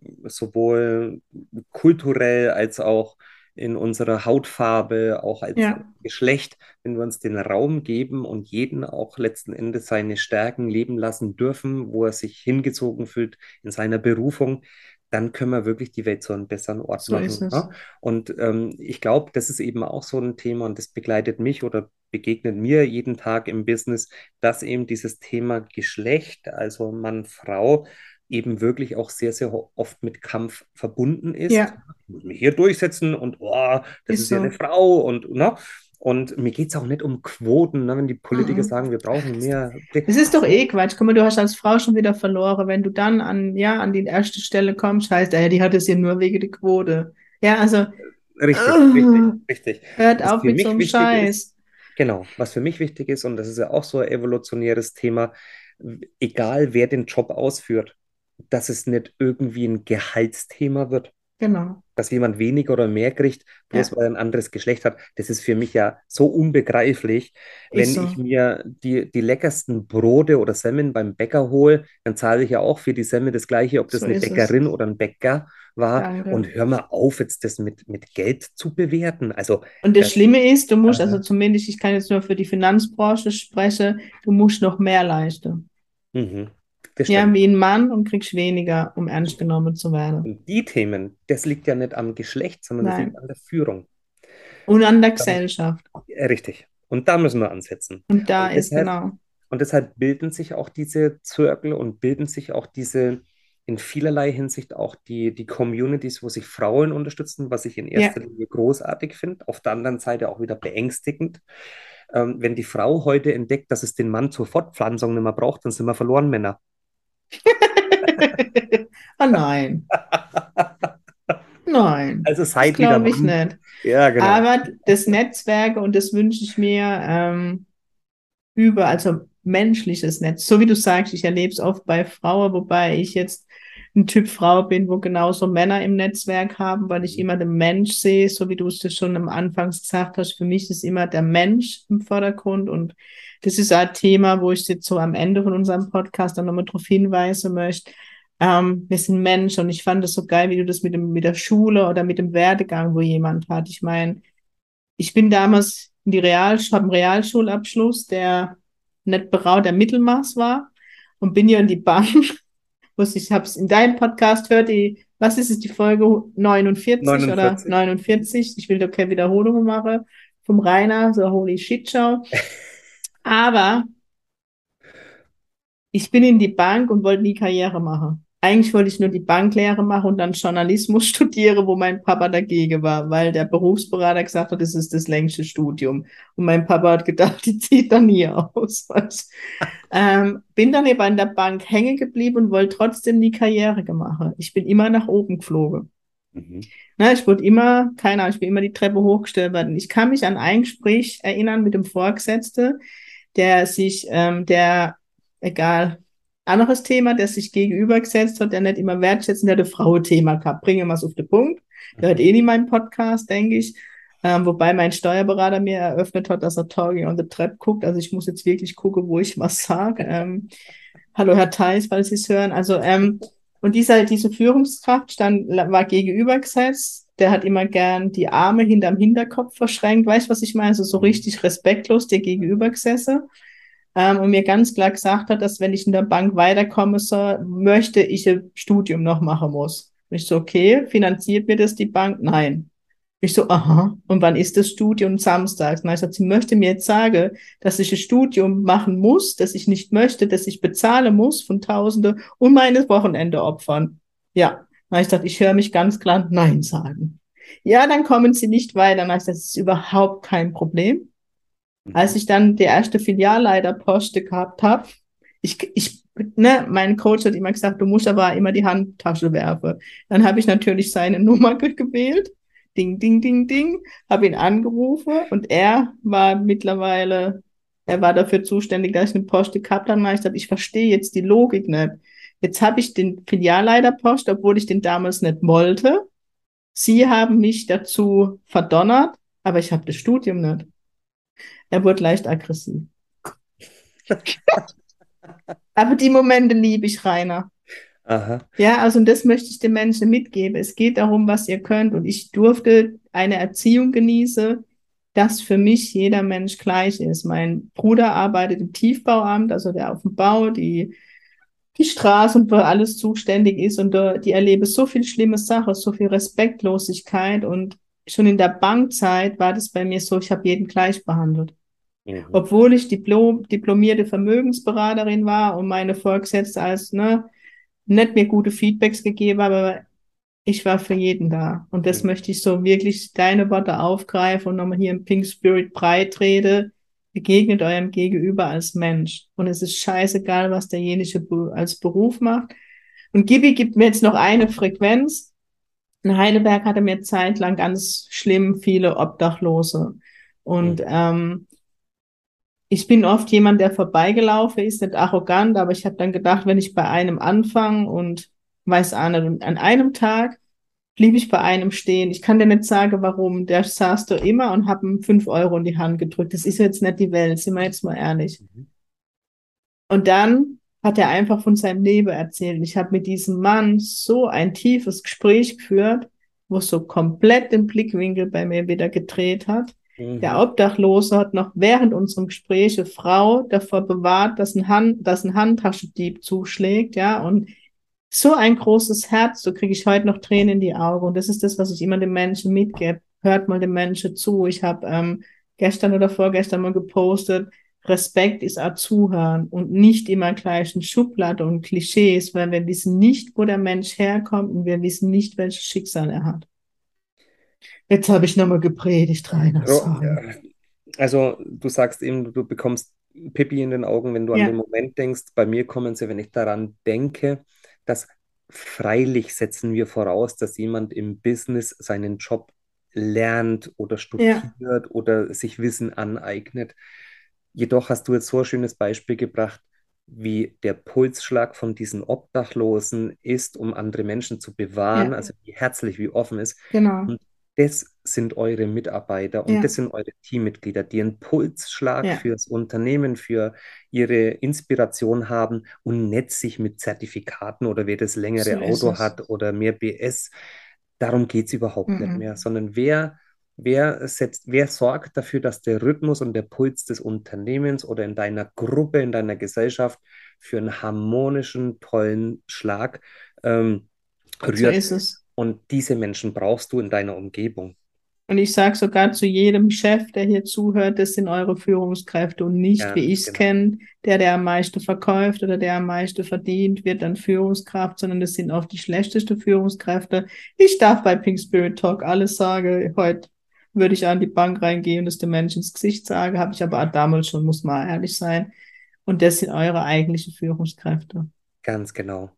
sowohl kulturell als auch in unserer Hautfarbe, auch als Ja, Geschlecht, wenn wir uns den Raum geben und jeden auch letzten Endes seine Stärken leben lassen dürfen, wo er sich hingezogen fühlt in seiner Berufung, dann können wir wirklich die Welt zu einem besseren Ort so ist machen. es. Ne? Und ich glaube, das ist eben auch so ein Thema und das begleitet mich oder begegnet mir jeden Tag im Business, dass eben dieses Thema Geschlecht, also Mann, Frau, eben wirklich auch sehr, sehr oft mit Kampf verbunden ist. Ja, Ich muss mich hier durchsetzen und oh, das ist ist ja eine so. Frau und ne? Und mir geht es auch nicht um Quoten, ne? Wenn die Politiker Mhm. sagen, wir brauchen mehr. Es ist doch eh Quatsch. Guck mal, du hast als Frau schon wieder verloren. Wenn du dann an, ja, an die erste Stelle kommst, heißt, die hat es ja nur wegen der Quote. Ja, also, Richtig, richtig, äh, richtig. hört Was auf für mit so mich einem wichtig ist, Scheiß. genau, was für mich wichtig ist, und das ist ja auch so ein evolutionäres Thema, egal wer den Job ausführt, dass es nicht irgendwie ein Gehaltsthema wird, Genau. dass jemand weniger oder mehr kriegt, bloß Ja, weil er ein anderes Geschlecht hat. Das ist für mich ja so unbegreiflich. ist Wenn ich so. mir die leckersten Brote oder Semmeln beim Bäcker hole, dann zahle ich ja auch für die Semmel das Gleiche, ob das So eine ist es. Bäckerin oder ein Bäcker war. Und Danke. hör mal auf, jetzt das mit Geld zu bewerten. Also, Und das das, Schlimme ist, du musst, äh, also zumindest, ich kann jetzt nur für die Finanzbranche sprechen, du musst noch mehr leisten. mhm, das Ja, stimmt. wie ein Mann und kriegst weniger, um ernst genommen zu werden. Und die Themen, das liegt ja nicht am Geschlecht, sondern das liegt Nein. an der Führung. Und an der Da, Gesellschaft. richtig. Und da müssen wir ansetzen. Und da Und ist deshalb, genau. und deshalb bilden sich auch diese Zirkel und bilden sich auch diese in vielerlei Hinsicht auch die Communities, wo sich Frauen unterstützen, was ich in Ja. erster Linie großartig finde, auf der anderen Seite auch wieder beängstigend. Wenn die Frau heute entdeckt, dass es den Mann zur Fortpflanzung nicht mehr braucht, dann sind wir verloren Männer. Oh nein, nein, Also das seid wieder glaube ich Mann. nicht. Ja, genau. Aber das Netzwerk, und das wünsche ich mir über, also menschliches Netz, so wie du sagst, ich erlebe es oft bei Frauen, wobei ich jetzt ein Typ Frau bin, wo genauso Männer im Netzwerk haben, weil ich Mhm. immer den Mensch sehe, so wie du es schon am Anfang gesagt hast. Für mich ist immer der Mensch im Vordergrund und das ist ein Thema, wo ich jetzt so am Ende von unserem Podcast dann nochmal darauf hinweisen möchte. Wir sind Menschen und ich fand es so geil, wie du das mit der Schule oder mit dem Werdegang, wo jemand hat. Ich meine, ich bin damals in die habe einen Realschulabschluss, der nicht beraubt, der Mittelmaß war und bin ja in die Bank. Ich habe es in deinem Podcast gehört, was ist es, die Folge 49 oder 49. 49? Ich will da keine Wiederholungen machen vom Rainer, so holy shit, show. Aber ich bin in die Bank und wollte nie Karriere machen. Eigentlich wollte ich nur die Banklehre machen und dann Journalismus studieren, wo mein Papa dagegen war, weil der Berufsberater gesagt hat, das ist das längste Studium. Und mein Papa hat gedacht, die zieht da nie aus. Bin dann eben an der Bank hängen geblieben und wollte trotzdem die Karriere gemacht. Ich bin immer nach oben geflogen. Mhm. Ne, ich wurde immer, keine Ahnung, ich bin immer die Treppe hochgestellt worden. Ich kann mich an ein Gespräch erinnern mit dem Vorgesetzten, der, egal, anderes Thema, der sich gegenübergesetzt hat, der nicht immer wertschätzend, der hat ein Frauenthema gehabt. Bringen wir es auf den Punkt. Der hört Mhm. eh nie meinen Podcast, denke ich. Wobei mein Steuerberater mir eröffnet hat, dass er Talking on the Trap guckt. Also ich muss jetzt wirklich gucken, wo ich was sage. Hallo Herr Theis, falls Sie es hören. Und diese Führungskraft war gegenübergesetzt. Der hat immer gern die Arme hinterm Hinterkopf verschränkt. Weißt du, was ich meine? Also so Mhm. richtig respektlos dir gegenübergesessen. Und mir ganz klar gesagt hat, dass wenn ich in der Bank weiterkomme soll, möchte ich ein Studium noch machen muss. Und ich so, okay, finanziert mir das die Bank? Nein. Ich so, aha, und wann ist das Studium samstags? Und ich sagte, sie möchte mir jetzt sagen, dass ich ein Studium machen muss, dass ich nicht möchte, dass ich bezahlen muss von Tausende und meine Wochenende opfern. Ja, dann ich gesagt, ich höre mich ganz klar Nein sagen. Ja, dann kommen sie nicht weiter. Dann ich gesagt, das ist überhaupt kein Problem. Als Mhm. ich dann die erste Filialleiterposte gehabt habe, mein Coach hat immer gesagt, du musst aber immer die Handtasche werfen. Dann habe ich natürlich seine Nummer gewählt. Ding, ding, ding, ding. Habe ihn angerufen und er war dafür zuständig, dass ich eine Poste gehabt habe. Und ich gesagt, ich verstehe jetzt die Logik nicht. Jetzt habe ich den Filialleiterpost, obwohl ich den damals nicht wollte. Sie haben mich dazu verdonnert, aber ich habe das Studium nicht. Er wurde leicht aggressiv. Aber die Momente liebe ich, Rainer. Aha. Ja, also und das möchte ich den Menschen mitgeben. Es geht darum, was ihr könnt. Und ich durfte eine Erziehung genießen, dass für mich jeder Mensch gleich ist. Mein Bruder arbeitet im Tiefbauamt, also der auf dem Bau, die Straße und für alles zuständig ist. Und die erlebe so viel schlimme Sachen, so viel Respektlosigkeit. Und schon in der Bankzeit war das bei mir so, ich habe jeden gleich behandelt. Mhm. Obwohl ich diplomierte Vermögensberaterin war und meine Vorgesetzte als, nicht mir gute Feedbacks gegeben habe, aber ich war für jeden da. Und das Mhm. möchte ich so wirklich deine Worte aufgreifen und nochmal hier im Pink Spirit breit rede. Begegnet eurem Gegenüber als Mensch. Und es ist scheißegal, was derjenige als Beruf macht. Und Gibi gibt mir jetzt noch eine Frequenz. In Heidelberg hatte mir zeitlang ganz schlimm viele Obdachlose. Und Mhm. ich bin oft jemand, der vorbeigelaufen ist, nicht arrogant, aber ich habe dann gedacht, wenn ich bei einem anfange und weiß auch nicht, und an einem Tag blieb ich bei einem stehen. Ich kann dir nicht sagen, warum. Der saß da immer und hat ihm 5 € in die Hand gedrückt. Das ist jetzt nicht die Welt, sind wir jetzt mal ehrlich. Mhm. Und dann hat er einfach von seinem Leben erzählt. Ich habe mit diesem Mann so ein tiefes Gespräch geführt, wo es so komplett den Blickwinkel bei mir wieder gedreht hat. Der Mhm. Obdachlose hat noch während unserem Gespräch eine Frau davor bewahrt, dass ein Handtaschendieb zuschlägt, ja, und so ein großes Herz, so kriege ich heute noch Tränen in die Augen. Und das ist das, was ich immer den Menschen mitgebe. Hört mal den Menschen zu. Ich habe gestern oder vorgestern mal gepostet, Respekt ist auch Zuhören und nicht immer gleich in Schublade und Klischees, weil wir wissen nicht, wo der Mensch herkommt und wir wissen nicht, welches Schicksal er hat. Jetzt habe ich nochmal gepredigt, Rainer, sorry. Also du sagst eben, du bekommst Pipi in den Augen, wenn du an den Ja, Moment denkst. Bei mir kommen sie, wenn ich daran denke, dass freilich setzen wir voraus, dass jemand im Business seinen Job lernt oder ja, studiert oder sich Wissen aneignet. Jedoch hast du jetzt so ein schönes Beispiel gebracht. wie der Pulsschlag von diesen Obdachlosen ist, um andere Menschen zu bewahren, Ja, also wie herzlich, wie offen ist. genau. Und das sind eure Mitarbeiter und Ja, das sind eure Teammitglieder, die einen Pulsschlag ja, fürs Unternehmen, für ihre Inspiration haben und nicht sich mit Zertifikaten oder wer das so längere ist Auto es. hat oder mehr BS. Darum geht es überhaupt nicht mehr, Mhm. sondern wer sorgt dafür, dass der Rhythmus und der Puls des Unternehmens oder in deiner Gruppe, in deiner Gesellschaft für einen harmonischen, tollen Schlag So rührt. ist es. Und diese Menschen brauchst du in deiner Umgebung. Und ich sage sogar zu jedem Chef, der hier zuhört, das sind eure Führungskräfte und nicht, wie Ganz ich es genau. kenne, der am meisten verkauft oder der am meisten verdient, wird dann Führungskraft, sondern das sind oft die schlechtesten Führungskräfte. Ich darf bei Pink Spirit Talk alles sagen. Heute würde ich an die Bank reingehen und das dem Menschen ins Gesicht sagen, habe ich aber auch damals schon, muss man ehrlich sein. Und das sind eure eigentlichen Führungskräfte. Ganz genau.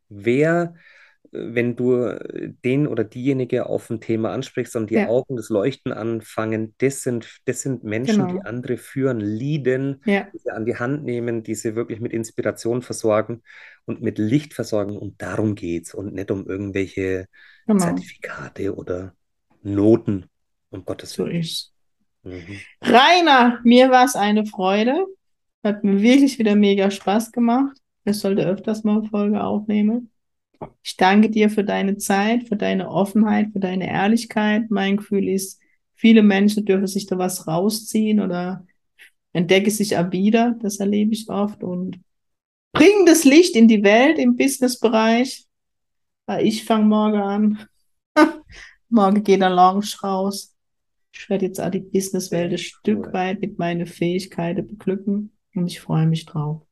Wenn du den oder diejenige auf ein Thema ansprichst und die Ja, Augen des Leuchten anfangen, das sind Menschen, die genau. andere führen, leaden, Ja, die sie an die Hand nehmen, die sie wirklich mit Inspiration versorgen und mit Licht versorgen. Und darum geht's und nicht um irgendwelche genau. Zertifikate oder Noten, um Gottes So Willen. ist. Mhm. Rainer, mir war es eine Freude. Hat mir wirklich wieder mega Spaß gemacht. Ich sollte öfters mal eine Folge aufnehmen. Ich danke dir für deine Zeit, für deine Offenheit, für deine Ehrlichkeit. Mein Gefühl ist, viele Menschen dürfen sich da was rausziehen oder entdecke sich auch wieder. Das erlebe ich oft und bringen das Licht in die Welt im Businessbereich. Ich fange morgen an. Morgen geht der Lounge raus. Ich werde jetzt auch die Businesswelt ein Sehr Stück cool. weit mit meinen Fähigkeiten beglücken und ich freue mich drauf.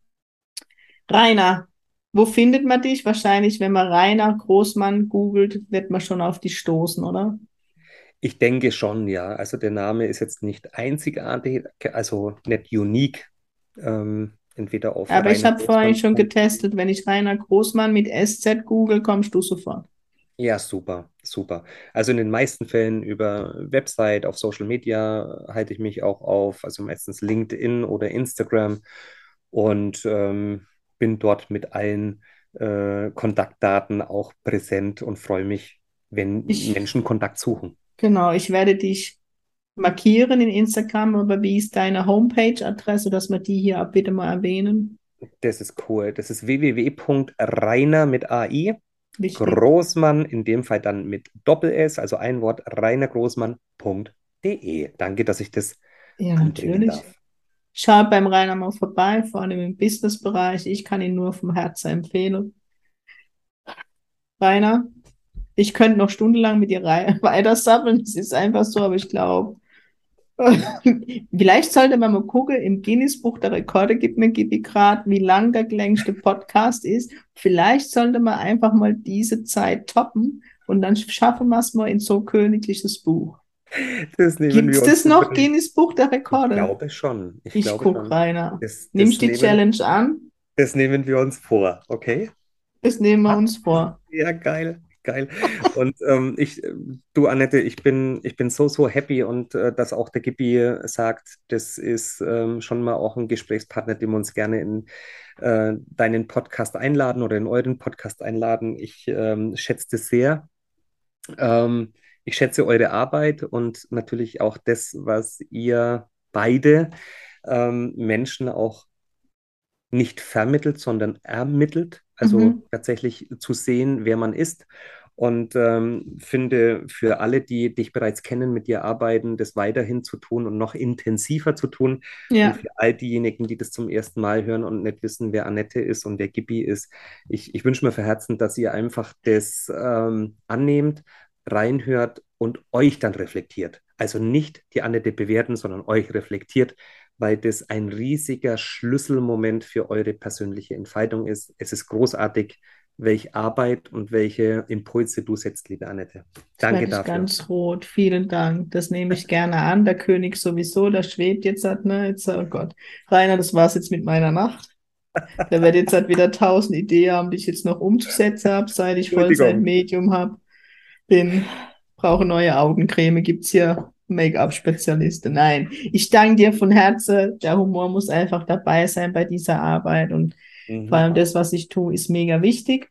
Rainer, wo findet man dich? Wahrscheinlich, wenn man Rainer Großmann googelt, wird man schon auf dich stoßen, oder? Ich denke schon, ja. Also der Name ist jetzt nicht einzigartig, also nicht unique. Entweder auf Aber ich habe vorhin schon reinegroßmann.de. getestet, wenn ich Rainer Großmann mit SZ google, kommst du sofort. Ja, super, super. Also in den meisten Fällen über Website, auf Social Media halte ich mich auch auf, also meistens LinkedIn oder Instagram und bin dort mit allen Kontaktdaten auch präsent und freue mich, wenn Ich, Menschen Kontakt suchen. genau, ich werde dich markieren in Instagram, aber wie ist deine Homepage-Adresse, dass wir die hier bitte mal erwähnen? Das ist cool. Das ist www.reiner mit AI, Wichtig. Großmann, in dem Fall dann mit Doppel-S, also ein Wort, reinergroßmann.de. Danke, dass ich das Ja, anbringen natürlich. darf. Schaut beim Rainer mal vorbei, vor allem im Business-Bereich. Ich kann ihn nur vom Herzen empfehlen. Rainer, ich könnte noch stundenlang mit dir weiter sabbeln. Es ist einfach so, aber ich glaube, vielleicht sollte man mal gucken, im Guinness-Buch der Rekorde gibt mir Gibi grad, wie lang der längste Podcast ist. Vielleicht sollte man einfach mal diese Zeit toppen und dann schaffen wir es mal in so königliches Buch. Das nehmen Gibt's wir uns das so noch, drin. Guinness-Buch der Ich Rekorde? glaube schon. Ich Ich glaube guck, schon. Rainer. Das, das Nimmst die nehmen, Challenge an? das nehmen wir uns vor, okay? Das nehmen wir uns vor. Ja, geil, geil. Und du Annette, ich bin so, so happy und dass auch der Gibi sagt, das ist schon mal auch ein Gesprächspartner, den wir uns gerne in deinen Podcast einladen oder in euren Podcast einladen. Ich schätze das sehr. Ich schätze eure Arbeit und natürlich auch das, was ihr beide Menschen auch nicht vermittelt, sondern ermittelt. Also Mhm. tatsächlich zu sehen, wer man ist. Und finde für alle, die dich bereits kennen, mit dir arbeiten, das weiterhin zu tun und noch intensiver zu tun. Und Ja, für all diejenigen, die das zum ersten Mal hören und nicht wissen, wer Annette ist und wer Gibi ist, ich wünsche mir von Herzen, dass ihr einfach das annehmt, reinhört und euch dann reflektiert. Also nicht die Annette bewerten, sondern euch reflektiert, weil das ein riesiger Schlüsselmoment für eure persönliche Entfaltung ist. Es ist großartig, welche Arbeit und welche Impulse du setzt, liebe Annette. jetzt Danke werde ich dafür. ganz rot. Vielen Dank. Das nehme ich gerne an. Der König sowieso, der schwebt jetzt halt, ne? Jetzt, oh Gott. Rainer, das war's jetzt mit meiner Nacht. Der wird jetzt halt wieder 1000 Ideen haben, die ich jetzt noch umzusetzen habe, seit ich Entschuldigung. Vollzeit-Medium habe. Bin, brauche neue Augencreme. Gibt's hier Make-up-Spezialisten? Nein. Ich danke dir von Herzen. Der Humor muss einfach dabei sein bei dieser Arbeit und Vor allem das, was ich tue, ist mega wichtig.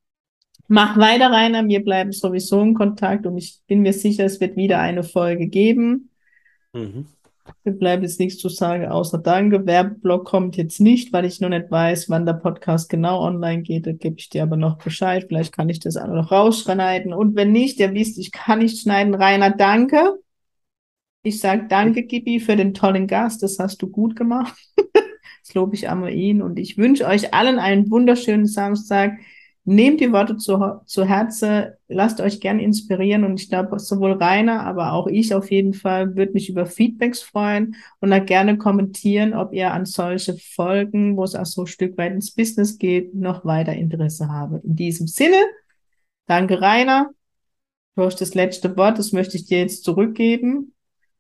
Mach weiter, Rainer. Wir bleiben sowieso in Kontakt und ich bin mir sicher, es wird wieder eine Folge geben. Mhm. Mir bleibt jetzt nichts zu sagen, außer Danke. Werbeblock kommt jetzt nicht, weil ich noch nicht weiß, wann der Podcast genau online geht. Da gebe ich dir aber noch Bescheid. Vielleicht kann ich das auch noch rausschneiden. Und wenn nicht, ihr wisst, ich kann nicht schneiden. Rainer, danke. Ich sage danke, Gibi, für den tollen Gast. Das hast du gut gemacht. Das lobe ich einmal ihn. Und ich wünsche euch allen einen wunderschönen Samstag. Nehmt die Worte zu Herzen, lasst euch gern inspirieren und ich glaube, sowohl Rainer, aber auch ich auf jeden Fall würde mich über Feedbacks freuen und da gerne kommentieren, ob ihr an solche Folgen, wo es auch so ein Stück weit ins Business geht, noch weiter Interesse habe. In diesem Sinne, danke Rainer. Du hast das letzte Wort, das möchte ich dir jetzt zurückgeben.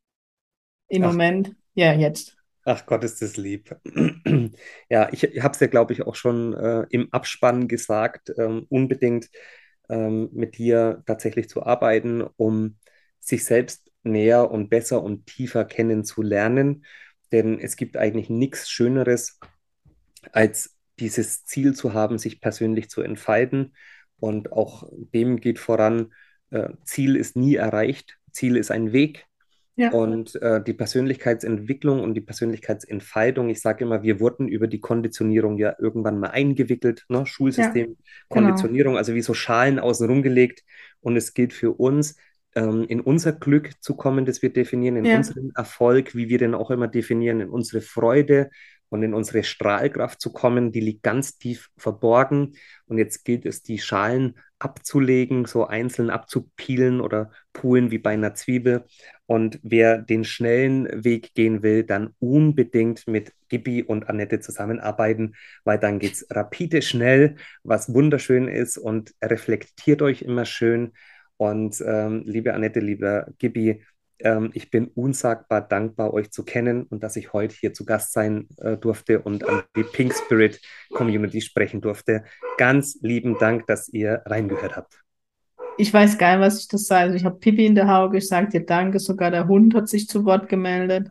Im Ach, Moment, ja, jetzt. ach Gott, ist das lieb. Ja, ich habe es ja, glaube ich, auch schon im Abspann gesagt, unbedingt mit dir tatsächlich zu arbeiten, um sich selbst näher und besser und tiefer kennenzulernen. Denn es gibt eigentlich nichts Schöneres, als dieses Ziel zu haben, sich persönlich zu entfalten. Und auch dem geht voran, Ziel ist nie erreicht, Ziel ist ein Weg. Ja, Und die Persönlichkeitsentwicklung und die Persönlichkeitsentfaltung, ich sage immer, wir wurden über die Konditionierung ja irgendwann mal eingewickelt, ne? ja, Schulsystem, genau. Konditionierung, also wie so Schalen außen rum gelegt. Und es gilt für uns, in unser Glück zu kommen, das wir definieren, in Ja, unseren Erfolg, wie wir den auch immer definieren, in unsere Freude und in unsere Strahlkraft zu kommen, die liegt ganz tief verborgen. Und jetzt gilt es, die Schalen abzulegen, so einzeln abzupielen oder pulen wie bei einer Zwiebel. Und wer den schnellen Weg gehen will, dann unbedingt mit Gibi und Annette zusammenarbeiten, weil dann geht es rapide schnell, was wunderschön ist und reflektiert euch immer schön. Und liebe Annette, lieber Gibi, ich bin unsagbar dankbar, euch zu kennen und dass ich heute hier zu Gast sein durfte und an die Pink Spirit Community sprechen durfte. Ganz lieben Dank, dass ihr reingehört habt. ich weiß gar nicht, was ich das sage. Also ich habe Pipi in der Haube, ich sage dir Danke, sogar der Hund hat sich zu Wort gemeldet.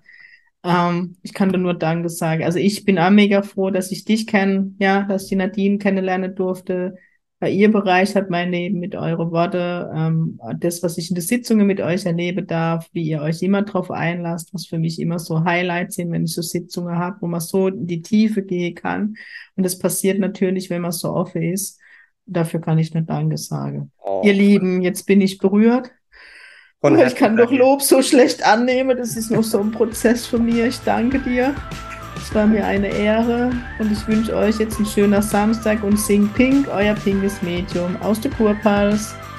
Ich kann dir nur Danke sagen. Also ich bin auch mega froh, dass ich dich kenne, ja, dass ich die Nadine kennenlernen durfte. Bei ihr bereichert mein Leben mit euren Worte. Das, was ich in den Sitzungen mit euch erlebe darf, wie ihr euch immer drauf einlasst, was für mich immer so Highlights sind, wenn ich so Sitzungen habe, wo man so in die Tiefe gehen kann. Und das passiert natürlich, wenn man so offen ist. Dafür kann ich nur Danke sagen. Ihr Oh, Lieben, jetzt bin ich berührt. von Ich Herzen kann doch danke. Lob so schlecht annehmen. Das ist noch so ein Prozess von mir. Ich danke dir. Es war mir eine Ehre und ich wünsche euch jetzt einen schönen Samstag und sing Pink, euer pinkes Medium aus der Kurpals.